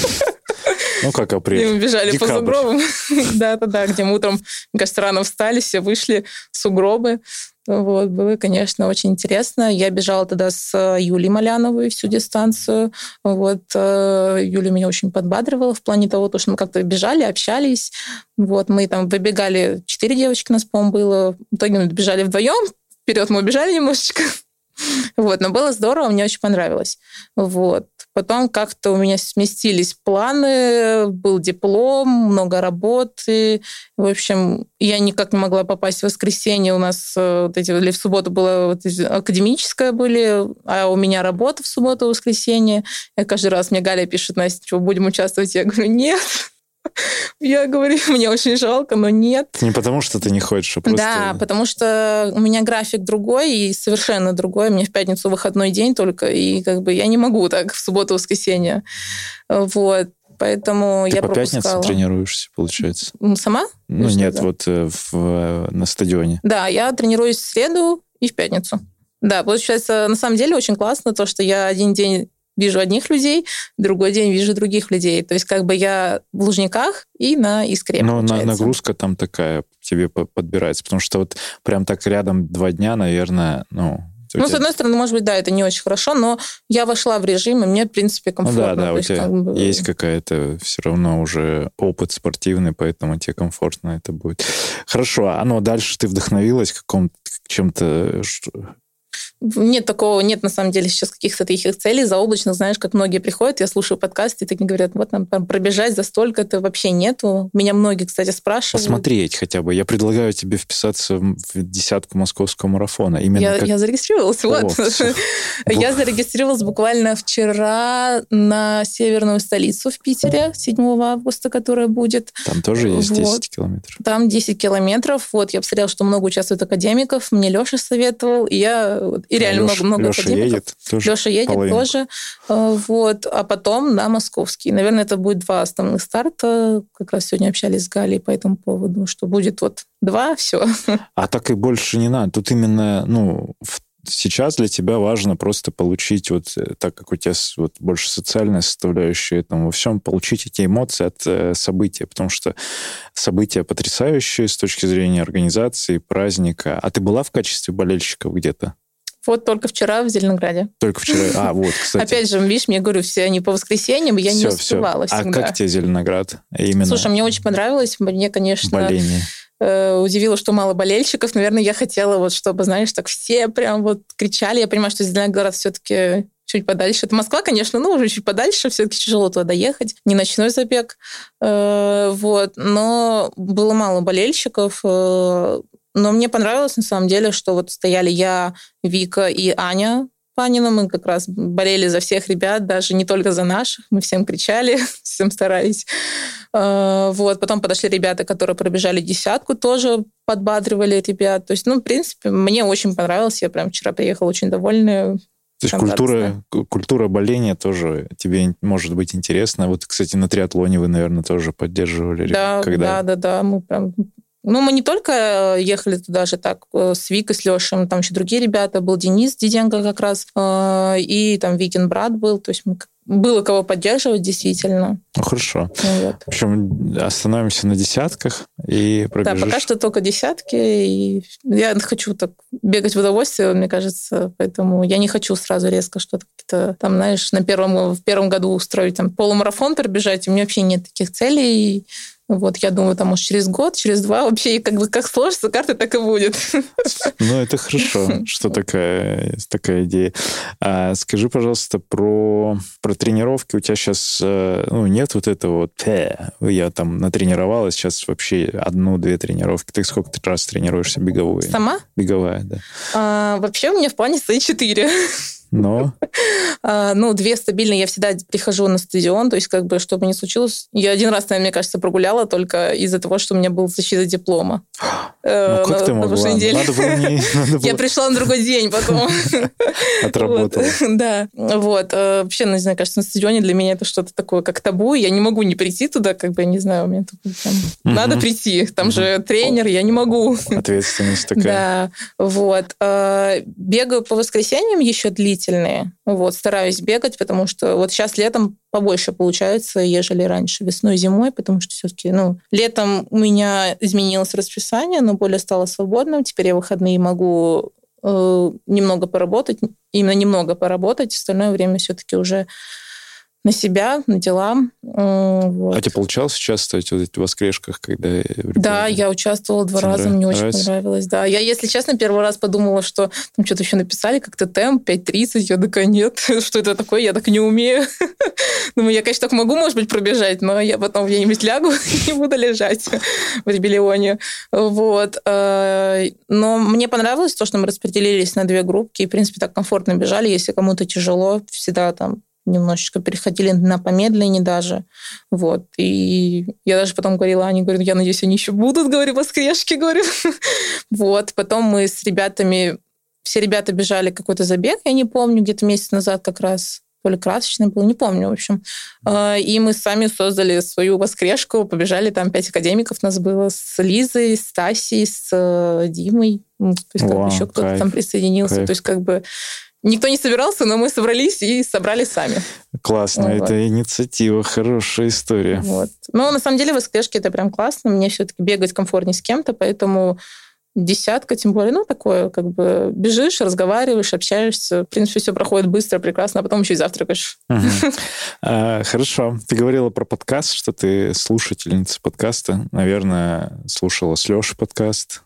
Ну, как апрель. И мы бежали по сугробам. Да, где мы утром, мне кажется, рано встали, все вышли в сугробы. Вот, было, конечно, очень интересно. Я бежала тогда с Юлей Маляновой всю дистанцию. Вот, Юля меня очень подбадривала в плане того, что мы как-то бежали, общались. Вот, мы там выбегали, 4 девочки у нас, по-моему, было. В итоге мы бежали вдвоем. Вперед мы убежали немножечко. Вот, но было здорово, мне очень понравилось. Вот. Потом как-то у меня сместились планы, был диплом, много работы. В общем, я никак не могла попасть в воскресенье. У нас или в субботу было академическое были, а у меня работа в субботу, воскресенье. И каждый раз мне Галя пишет: Настя, что, будем участвовать? Я говорю, нет. Я говорю, мне очень жалко, но нет. Не потому, что ты не хочешь, а просто... Да, потому что у меня график другой и совершенно другой. Мне в пятницу выходной день только, и я не могу так в субботу-воскресенье. Вот. Поэтому ты я по пропускала. Пятнице тренируешься, получается? Сама? Ну, нет, да? Вот на стадионе. Да, я тренируюсь в среду и в пятницу. Да, получается, на самом деле очень классно то, что я один день вижу одних людей, другой день вижу других людей. То есть я в Лужниках и на Искре. Но нагрузка там такая тебе подбирается, потому что вот прям так рядом 2 дня, наверное, с одной стороны, может быть, да, это не очень хорошо, но я вошла в режим, и мне, в принципе, комфортно. Да, у тебя есть какая-то все равно уже опыт спортивный, поэтому тебе комфортно это будет. Хорошо, дальше ты вдохновилась чем-то... Нет на самом деле сейчас каких-то таких целей заоблачных, знаешь, как многие приходят, я слушаю подкасты, и такие говорят, вот нам пробежать за столько-то вообще нету. Меня многие, кстати, спрашивают. Посмотреть хотя бы. Я предлагаю тебе вписаться в 10 московского марафона. Я зарегистрировалась, вот. Я зарегистрировалась буквально вчера на северную столицу в Питере, 7 августа, которая будет. Там тоже есть 10 километров? Там 10 километров. Вот, я посмотрела, что много участвует академиков, мне Леша советовал, и я... И реально много Леша академиков. Едет тоже. Леша едет половинку. Тоже. Вот. А потом на московский. Наверное, это будет 2 основных старта. Как раз сегодня общались с Галей по этому поводу, что будет 2, все. А так и больше не надо. Тут именно, сейчас для тебя важно просто получить, так как у тебя больше социальная составляющая этому во всем, получить эти эмоции от события, потому что события потрясающие с точки зрения организации, праздника. А ты была в качестве болельщика где-то? Вот только вчера в Зеленограде. Только вчера. Кстати. Опять же, видишь, я говорю, все они по воскресеньям, я не успевала всегда. А как тебе Зеленоград? Именно... Слушай, мне очень понравилось. Мне, конечно... Боление. Удивило, что мало болельщиков. Наверное, я хотела, чтобы, знаешь, так все прям кричали. Я понимаю, что Зеленоград все-таки чуть подальше. Это Москва, конечно, но уже чуть подальше. Все-таки тяжело туда доехать. Не ночной забег. Но было мало болельщиков. Но мне понравилось, на самом деле, что стояли я, Вика и Аня Панина. Мы как раз болели за всех ребят, даже не только за наших. Мы всем кричали, всем старались. Потом подошли ребята, которые пробежали 10, тоже подбадривали ребят. То есть, в принципе, мне очень понравилось. Я прям вчера приехала очень довольная. То есть культура боления тоже тебе может быть интересна. Кстати, на триатлоне вы, наверное, тоже поддерживали ребят. Да. Мы прям... мы не только ехали туда же так с Викой, с Лешей, там еще другие ребята. Был Денис Диденко как раз, и там Викин брат был. То есть было кого поддерживать, действительно. Хорошо. В общем, остановимся на 10 и пробежишь. Да, пока что только 10. И я хочу бегать в удовольствие, мне кажется, поэтому я не хочу сразу резко что-то там, знаешь, в первом году устроить полумарафон пробежать. У меня вообще нет таких целей. Вот, я думаю, там, может, через год, через 2 вообще как бы как сложится карта, так и будет. Ну, это хорошо, что такая идея. Скажи, пожалуйста, про тренировки. У тебя сейчас нет вот этого вот я там натренировалась, сейчас вообще 1-2 тренировки. Ты сколько раз тренируешься беговую? Сама? Беговая, да. Вообще у меня в плане стоит 4. Но? 2 стабильно. Я всегда прихожу на стадион, то есть как бы, чтобы не случилось. Я 1 раз, наверное, мне кажется, прогуляла только из-за того, что у меня была защита диплома. Как ты могла? Надо было... Я пришла на другой день потом. Отработала. Да. Вот. Вообще, не знаю, кажется, на стадионе для меня это что-то такое, как табу. Я не могу не прийти туда, как бы, я не знаю, у меня надо прийти. Там же тренер, я не могу. Ответственность такая. Да. Вот. Бегаю по воскресеньям еще длительные. Вот. Стараюсь бегать, потому что вот сейчас летом побольше получается, ежели раньше, весной, зимой, потому что все-таки, летом у меня изменилось расписание, но более стало свободным. Теперь я в выходные могу немного поработать, именно немного поработать, остальное время все-таки уже на себя, на дела. Вот. А тебе получалось участвовать в этих воскрешках, когда... Да, я участвовала 2 раза, мне очень понравилось. Да. Я, если честно, первый раз подумала, что там что-то еще написали, как-то темп 5:30. Я такая, нет, что это такое, я так не умею. Думаю, я, конечно, так могу, может быть, пробежать, но я потом где-нибудь лягу и буду лежать в ребелионе. Вот. Но мне понравилось то, что мы распределились на 2 группки и, в принципе, так комфортно бежали. Если кому-то тяжело, всегда там немножечко переходили на помедленнее даже. Вот. И я даже потом говорила, они говорят, я надеюсь, они еще будут, говорю, воскрешки, говорю. Вот. Потом мы с ребятами, все ребята бежали какой-то забег, я не помню, где-то месяц назад как раз, то ли красочный был, не помню, в общем. И мы сами создали свою воскрешку, побежали, там 5 академиков нас было, с Лизой, с Тасей, с Димой. То есть как бы еще кто-то там присоединился. Кайф. То есть как бы никто не собирался, но мы собрались и собрали сами. Классно, вот. Это инициатива, хорошая история. Вот. Но на самом деле воскрешки это прям классно. Мне все-таки бегать комфортнее с кем-то, поэтому 10, тем более, такое, как бы бежишь, разговариваешь, общаешься. В принципе, все проходит быстро, прекрасно, а потом еще и завтракаешь. Хорошо. Ты говорила про подкаст, что ты слушательница подкаста. Наверное, слушала с Лешей подкаст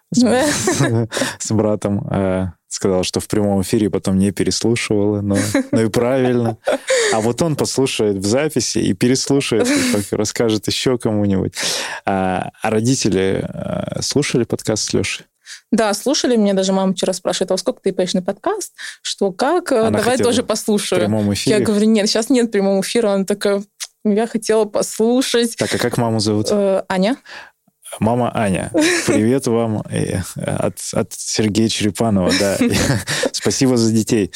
с братом. Сказала, что в прямом эфире потом не переслушивала, но и правильно. А вот он послушает в записи и переслушает, и расскажет еще кому-нибудь. А родители слушали подкаст с Лешей? Да, слушали. Меня даже мама вчера спрашивает, а во сколько ты поешь на подкаст? Что, как? Она давай тоже послушаю. В прямом эфире? Я говорю, нет, сейчас нет прямого эфира. Она такая, я хотела послушать. Так, а как маму зовут? Аня. Мама Аня, привет вам от Сергея Черепанова, да. Спасибо за детей.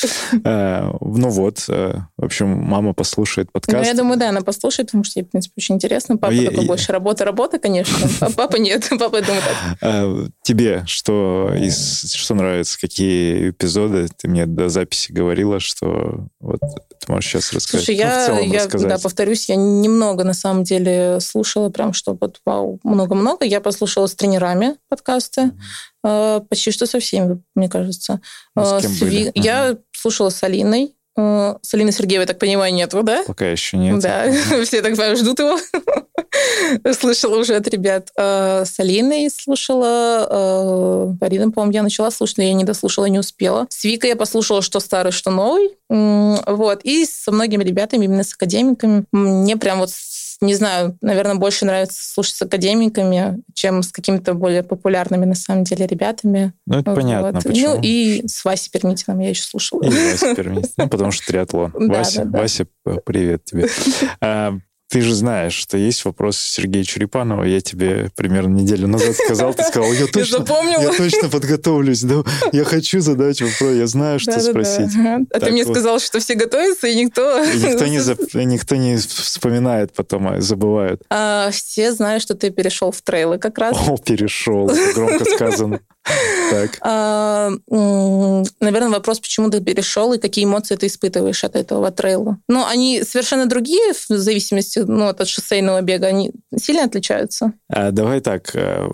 В общем, мама послушает подкаст. Я думаю, да, она послушает, потому что ей, в принципе, очень интересно. Папа только больше работа, конечно. Папа нет, папа, я думаю, так. Тебе что нравится, какие эпизоды? Ты мне до записи говорила, что вот ты можешь сейчас рассказать. Слушай, я повторюсь, я немного, на самом деле, слушала прям, что вот вау, много-много. Я послушала с тренерами подкасты, почти что со всеми, мне кажется. С кем были? Я слушала с Алиной. С Алиной Сергеевой, так понимаю, нету, да? Пока еще нет. Да, все так понимаю, ждут его. Слышала уже от ребят. С Алиной слушала. Ариной, по-моему, я начала слушать, но я не дослушала, не успела. С Викой я послушала, что старый, что новый. Вот. И со многими ребятами, именно с академиками. Мне прям вот, не знаю, наверное, больше нравится слушать с академиками, чем с какими-то более популярными, на самом деле, ребятами. Ну, это понятно, почему. И с Васей Пермитиным я еще слушала. И Вася Пермитин, потому что триатлон. Вася, привет тебе. Ты же знаешь, что есть вопрос Сергея Черепанова. Я тебе примерно неделю назад сказал. Ты сказал, я точно подготовлюсь. Да, я хочу задать вопрос. Я знаю, что спросить. А ты мне сказал, что все готовятся, и никто... Никто не вспоминает потом, а забывают. Все знают, что ты перешел в трейлы как раз. Перешел. Громко сказано. Так. Наверное, вопрос, почему ты перешел и какие эмоции ты испытываешь от этого трейла. Ну, они совершенно другие в зависимости от шоссейного бега. Они сильно отличаются? Давай так.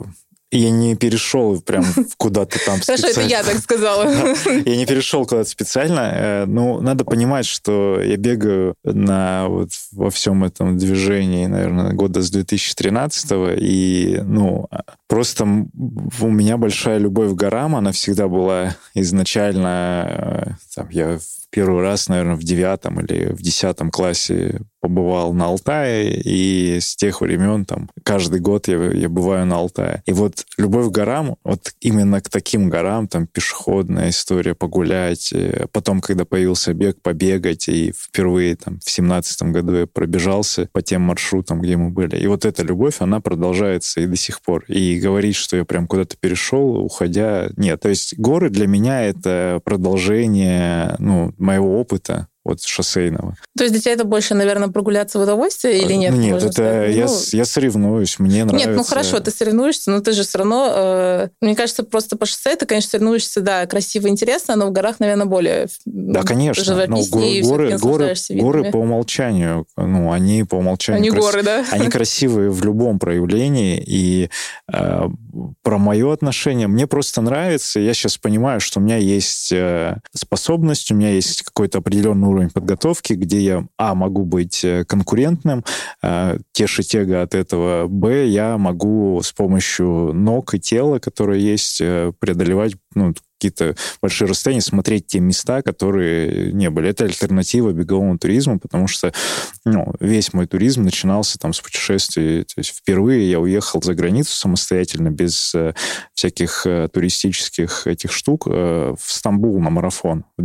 Я не перешел прям куда-то там специально. Хорошо, это я так сказала. Я не перешел куда-то специально. Ну, надо понимать, что я бегаю во всем этом движении, наверное, года с 2013-го, и, просто у меня большая любовь к горам, она всегда была изначально... Я первый раз, наверное, в 9 или в 10 классе побывал на Алтае, и с тех времен каждый год я бываю на Алтае. И вот любовь к горам, вот именно к таким горам, пешеходная история, погулять. Потом, когда появился бег, побегать, и впервые в 2017 году я пробежался по тем маршрутам, где мы были. И вот эта любовь, она продолжается и до сих пор. И говорить, что я прям куда-то перешел, уходя, нет. То есть горы для меня — это продолжение, моего опыта, шоссейного. То есть для тебя это больше, наверное, прогуляться в удовольствие или нет? Нет, это я соревнуюсь, мне нравится. Нет, хорошо, ты соревнуешься, но ты же все равно... мне кажется, просто по шоссе ты, конечно, соревнуешься, да, красиво, интересно, но в горах, наверное, более... Да, конечно. Но горы по умолчанию, они по умолчанию... Они горы, да? Они красивые в любом проявлении, и про мое отношение мне просто нравится. Я сейчас понимаю, что у меня есть способность, у меня есть какой-то определенный уровень подготовки, где я, могу быть конкурентным, тешить эго от этого, я могу с помощью ног и тела, которые есть, преодолевать какие-то большие расстояния, смотреть те места, которые не были. Это альтернатива беговому туризму, потому что весь мой туризм начинался с путешествий. То есть впервые я уехал за границу самостоятельно, без всяких туристических этих штук, в Стамбул на марафон в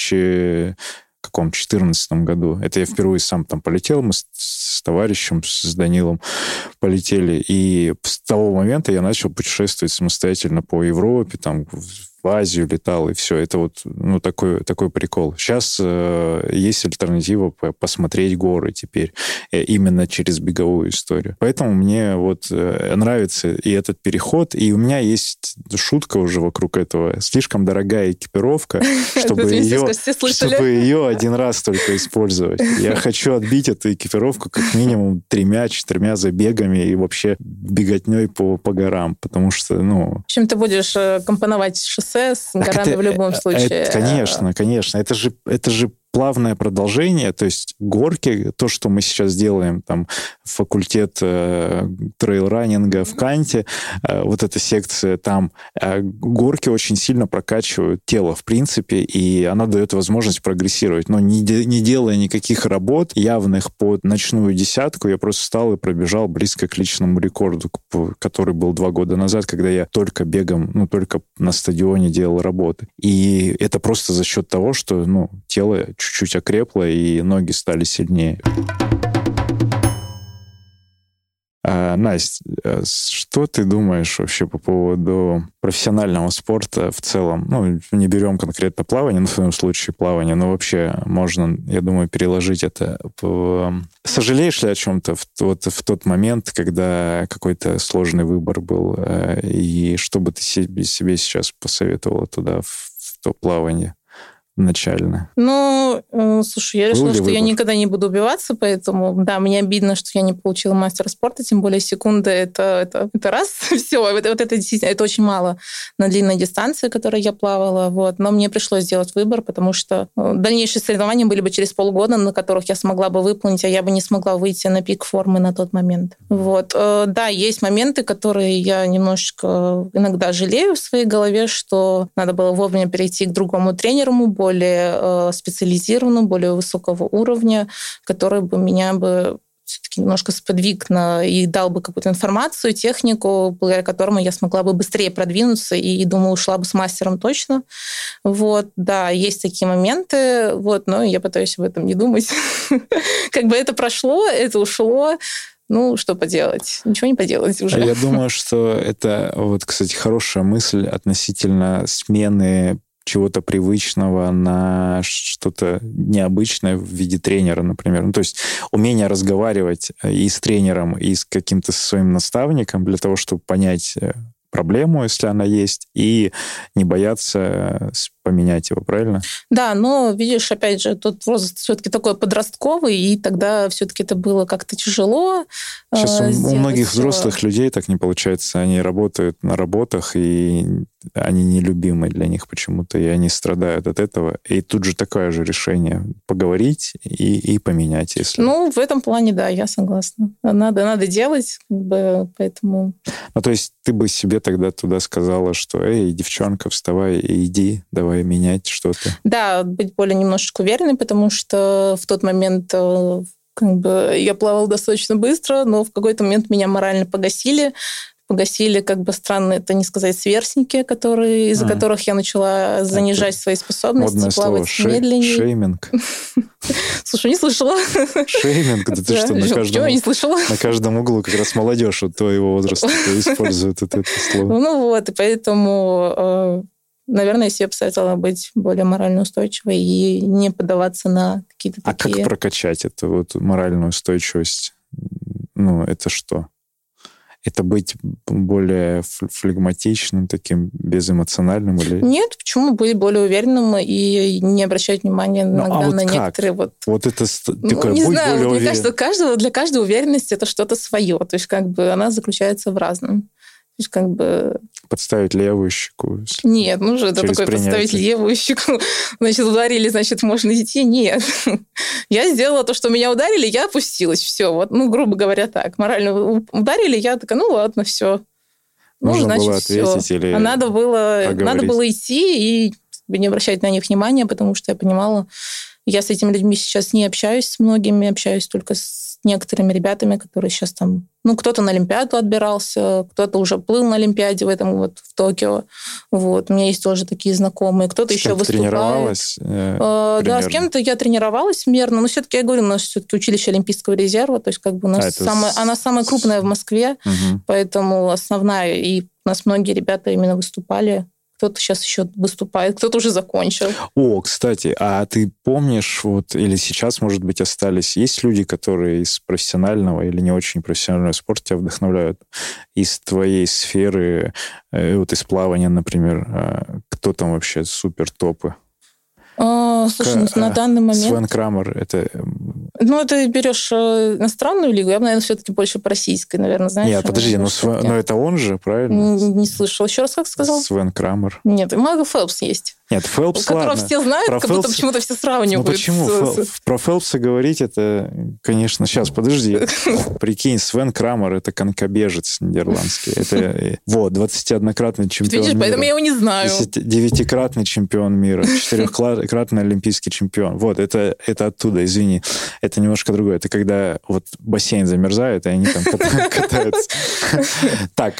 2014 году. Это я впервые сам полетел, мы с товарищем, с Данилом полетели, и с того момента я начал путешествовать самостоятельно по Европе, в Азию летал, и все. Это такой прикол. Сейчас есть альтернатива посмотреть горы теперь, именно через беговую историю. Поэтому мне нравится и этот переход, и у меня есть шутка уже вокруг этого. Слишком дорогая экипировка, чтобы ее один раз только использовать. Я хочу отбить эту экипировку как минимум 3-4 забегами и вообще беготней по горам, потому что, В общем, ты будешь компоновать шоссе с горами в любом случае. Конечно. Это же плавное продолжение, то есть горки, то, что мы сейчас делаем, факультет трейл-раннинга в Канте, эта секция горки очень сильно прокачивают тело, в принципе, и она дает возможность прогрессировать. Но не делая никаких работ явных под ночную десятку, я просто встал и пробежал близко к личному рекорду, который был 2 года назад, когда я только бегом, только на стадионе делал работы. И это просто за счет того, что, тело чуть-чуть окрепло, и ноги стали сильнее. Настя, что ты думаешь вообще по поводу профессионального спорта в целом? Не берем конкретно плавание, в своем случае плавание, но вообще можно, я думаю, переложить это. Сожалеешь ли о чем-то в тот момент, когда какой-то сложный выбор был, и что бы ты себе сейчас посоветовала туда, в то плавание? Начально. Слушай, я решила, что я никогда не буду убиваться, поэтому, да, мне обидно, что я не получила мастера спорта, тем более секунда это раз, все, это действительно, это очень мало на длинной дистанции, которой я плавала, но мне пришлось сделать выбор, потому что дальнейшие соревнования были бы через полгода, на которых я смогла бы выполнить, а я бы не смогла выйти на пик формы на тот момент. Да, есть моменты, которые я немножечко иногда жалею в своей голове, что надо было вовремя перейти к другому тренеру, более специализированному, более высокого уровня, который бы меня бы все-таки немножко сподвиг и дал бы какую-то информацию, технику, благодаря которому я смогла бы быстрее продвинуться и, думаю, ушла бы с мастером точно. Да, есть такие моменты, но я пытаюсь об этом не думать. Это прошло, это ушло. Что поделать? Ничего не поделать уже. Я думаю, что это, кстати, хорошая мысль относительно смены чего-то привычного на что-то необычное в виде тренера, например. То есть умение разговаривать и с тренером, и с каким-то своим наставником для того, чтобы понять проблему, если она есть, и не бояться поменять его, правильно? Да, но, видишь, опять же, тот возраст все-таки такой подростковый, и тогда все-таки это было как-то тяжело. Сейчас у многих взрослых людей так не получается. Они работают на работах, и они нелюбимы для них почему-то, и они страдают от этого. И тут же такое же решение — поговорить и поменять, если... Ну, в этом плане, да, я согласна. Надо делать, поэтому... Ну, то есть ты бы себе тогда туда сказала, что «Эй, девчонка, вставай и иди, давай менять что-то». Да, быть более немножечко уверенной, потому что в тот момент я плавала достаточно быстро, но в какой-то момент меня морально погасили, как бы странно это не сказать, сверстники, из-за которых я начала занижать свои способности, модное плавать слово медленнее. Шейминг. Слушай, не слышала. Шейминг? Да ты что, на каждом углу как раз молодежь от твоего возраста использует это слово. Ну вот, и поэтому, наверное, я себе посоветовала быть более морально устойчивой и не поддаваться на какие-то такие... А как прокачать эту вот моральную устойчивость? Ну, это что? Это быть более флегматичным, таким безэмоциональным? Или... Нет, почему? Быть более уверенным и не обращать внимания иногда на некоторые... Вот это такое, не будь знаю, более мне уверен. кажется, для каждой уверенности это что-то свое. То есть как бы она заключается в разном. То есть как бы... Подставить левую щеку? Нет, ну же, это такое подставить левую щеку. Значит, ударили, значит, можно идти? Нет. Я сделала то, что меня ударили, я опустилась. Все, вот, ну, грубо говоря, так. Морально ударили, я такая, ну, ладно, все. Нужно значит, было ответить все. Или надо было идти и не обращать на них внимания, потому что я понимала, я с этими людьми сейчас не общаюсь с многими, общаюсь только с некоторыми ребятами, которые сейчас там... Ну, кто-то на Олимпиаду отбирался, кто-то уже плыл на Олимпиаде в Токио. Вот. У меня есть тоже такие знакомые. Кто-то еще выступает. Тренировалась? Да, с кем-то я тренировалась мерно. Но все-таки, я говорю, у нас все-таки училище Олимпийского резерва. То есть как бы у нас она самая крупная в Москве. Поэтому основная. И у нас многие ребята именно выступали. Кто-то сейчас еще выступает, кто-то уже закончил. О, кстати, а ты помнишь, вот, или сейчас, может быть, остались, есть люди, которые из профессионального или не очень профессионального спорта тебя вдохновляют? Из твоей сферы, вот из плавания, например, кто там вообще супер топы? Слушай, на данный момент... Свен Крамер, это... Ну, ты берешь иностранную лигу, я бы, наверное, все-таки больше по российской, наверное, знаешь. Нет, подожди, но это он же, правильно? Не слышал. Еще раз как сказал? Свен Крамер. Нет, Майкл Фелпс есть. Нет, Фелпс, которого все знают, как будто почему-то все сравнивают. Ну почему? Про Фелпса говорить, это, конечно... Сейчас, подожди. Прикинь, Свен Крамер — это конькобежец нидерландский. Это, 21-кратный чемпион мира. Поэтому я его не знаю. 9-кратный чемпион мира, 4-кратный олимпийский чемпион. Вот, это оттуда, извини. Это немножко другое. Это когда вот бассейн замерзает, и они там катаются. Так,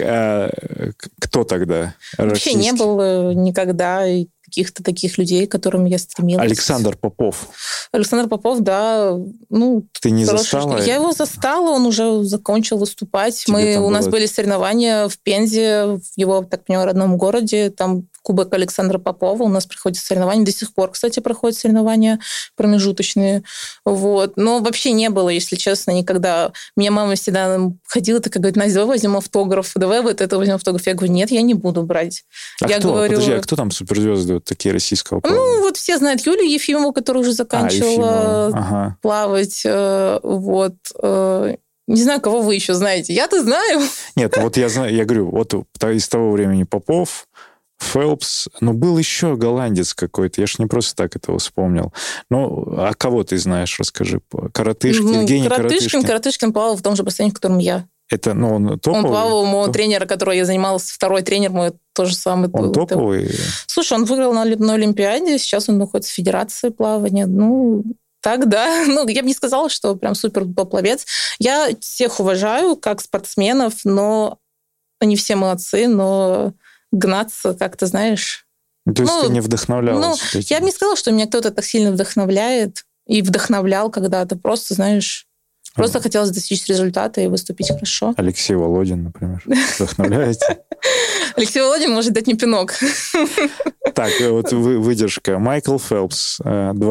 кто тогда? Вообще не было никогда каких-то таких людей, к которым я стремилась. Александр Попов. Александр Попов, да. Ну, ты не застала? Я его застала, он уже закончил выступать. У нас были соревнования в Пензе, в его, так понимаю, родном городе. Там Кубок Александра Попова. У нас проходят соревнования. До сих пор, кстати, проходят соревнования промежуточные. Вот. Но вообще не было, если честно, никогда. Меня мама всегда ходила, такая говорит: Настя, давай возьмем автограф. Давай вот это возьмем автограф. Я говорю: нет, я не буду брать. Подожди, а кто там суперзвезды вот такие российского плавания? Ну, вот все знают Юлию Ефимову, которая уже заканчивала плавать. Вот. Не знаю, кого вы еще знаете. Я-то знаю. Нет, вот я знаю, я говорю, вот из того времени Попов, Фелпс, ну, был еще голландец какой-то, я ж не просто так этого вспомнил. Ну, а кого ты знаешь, расскажи. Каратышкин, Евгений Каратышкин. Каратышкин плавал в том же бассейне, в котором я. Это, ну, он топовый? Он плавал у моего тренера, которого я занималась, второй тренер мой, тоже самый. Он топовый? Слушай, он выиграл на Олимпиаде, сейчас он находится в Федерации плавания. Ну, так, да. Ну, я бы не сказала, что прям супер топ-пловец. Я всех уважаю как спортсменов, но они все молодцы, но гнаться как-то, знаешь... То есть ты не вдохновлялась? Ну, я бы не сказала, что меня кто-то так сильно вдохновляет и вдохновлял когда-то. Просто, знаешь, просто хотелось достичь результата и выступить хорошо. Алексей Володин, например, вдохновляете? Алексей Володин может дать мне пинок. Так, вот выдержка. Майкл Фелпс,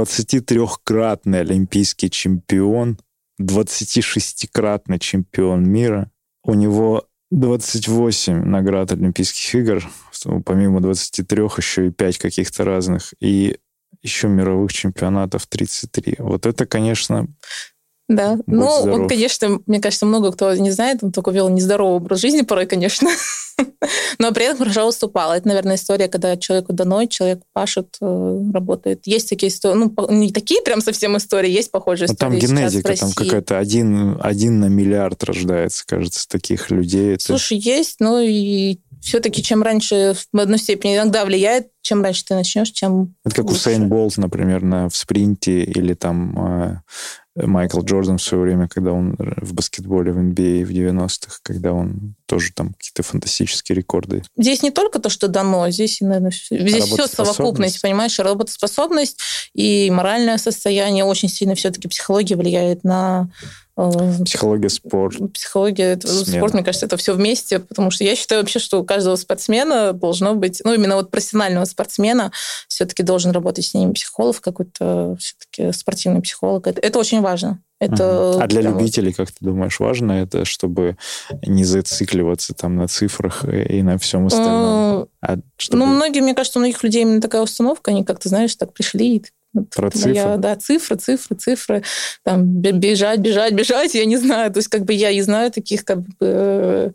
23-кратный олимпийский чемпион, 26-кратный чемпион мира. У него 28 наград Олимпийских игр, помимо 23 еще и 5 каких-то разных, и еще мировых чемпионатов 33. Вот это, конечно... Да, ну, он, конечно, мне кажется, много кто не знает, он только вел нездоровый образ жизни порой, конечно, но при этом хорошо выступал. Это, наверное, история, когда человеку дано, человек пашет, работает. Есть такие истории, ну, не такие прям совсем истории, есть похожие истории. Там генетика, там какая-то один на миллиард рождается, кажется, таких людей. Слушай, есть, но и все-таки чем раньше в одной степени иногда влияет, чем раньше ты начнешь, тем это как лучше. Усейн Болт, например, в спринте, или там Майкл Джордан в свое время, когда он в баскетболе в NBA в 90-х, когда он тоже там какие-то фантастические рекорды. Здесь не только то, что дано, здесь, наверное, здесь все совокупность, понимаешь, работоспособность и моральное состояние. Очень сильно все-таки психология влияет на... Психология, спорт. Психология, спорт, мне кажется, это все вместе, потому что я считаю вообще, что у каждого спортсмена должно быть, ну, именно вот профессионального спортсмена все-таки должен работать с ним психолог, какой-то все-таки спортивный психолог. Это очень важно. Это А для любителей, как ты думаешь, важно это, чтобы не зацикливаться там на цифрах и на всем остальном? Ну, многие, мне кажется, у многих людей именно такая установка, они как-то, знаешь, так пришли, про цифры? Да, цифры, там, бежать, я не знаю. То есть, как бы я и знаю таких, как бы,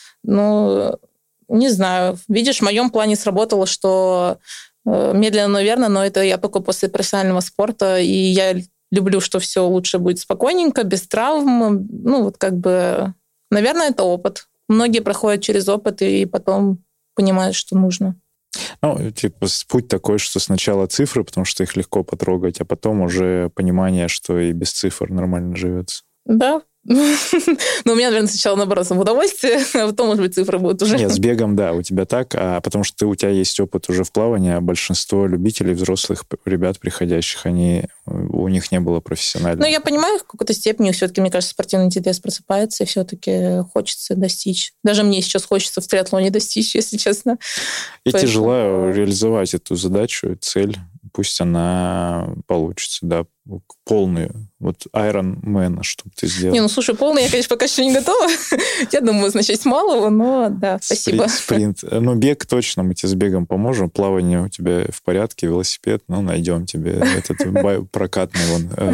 ну, не знаю. Видишь, в моем плане сработало, что медленно, но верно, но это я только после профессионального спорта, и я люблю, что все лучше будет спокойненько, без травм. Ну, вот как бы, наверное, это опыт. Многие проходят через опыт и потом понимают, что нужно. Ну, типа, путь такой, что сначала цифры, потому что их легко потрогать, а потом уже понимание, что и без цифр нормально живется. Да. Но у меня, наверное, сначала, наоборот, удовольствие, а потом, может быть, цифры будут уже. Нет, с бегом, да, у тебя так, потому что у тебя есть опыт уже в плавании, а большинство любителей, взрослых ребят, приходящих, у них не было профессионального. Ну, я понимаю, в какой-то степени все-таки, мне кажется, спортивный интерес просыпается, и все-таки хочется достичь. Даже мне сейчас хочется в триатлоне достичь, если честно. Я тебе желаю реализовать эту задачу, цель, пусть она получится, да, полную, вот Ironman, чтобы ты сделал. Не, ну, слушай, полный я, конечно, пока еще не готова. Я думаю, начать с малого, но да, спасибо. Спринт. Ну, бег точно, мы тебе с бегом поможем. Плавание у тебя в порядке, велосипед, ну, найдем тебе этот прокатный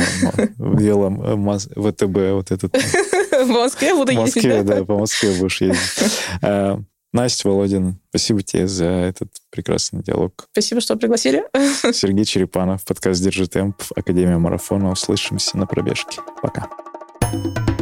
вон, ВТБ, вот этот. В Москве буду ездить. В Москве, да, по Москве будешь ездить. Настя Володина, спасибо тебе за этот прекрасный диалог. Спасибо, что пригласили. Сергей Черепанов, подкаст «Держи темп», Академия марафона. Услышимся на пробежке. Пока.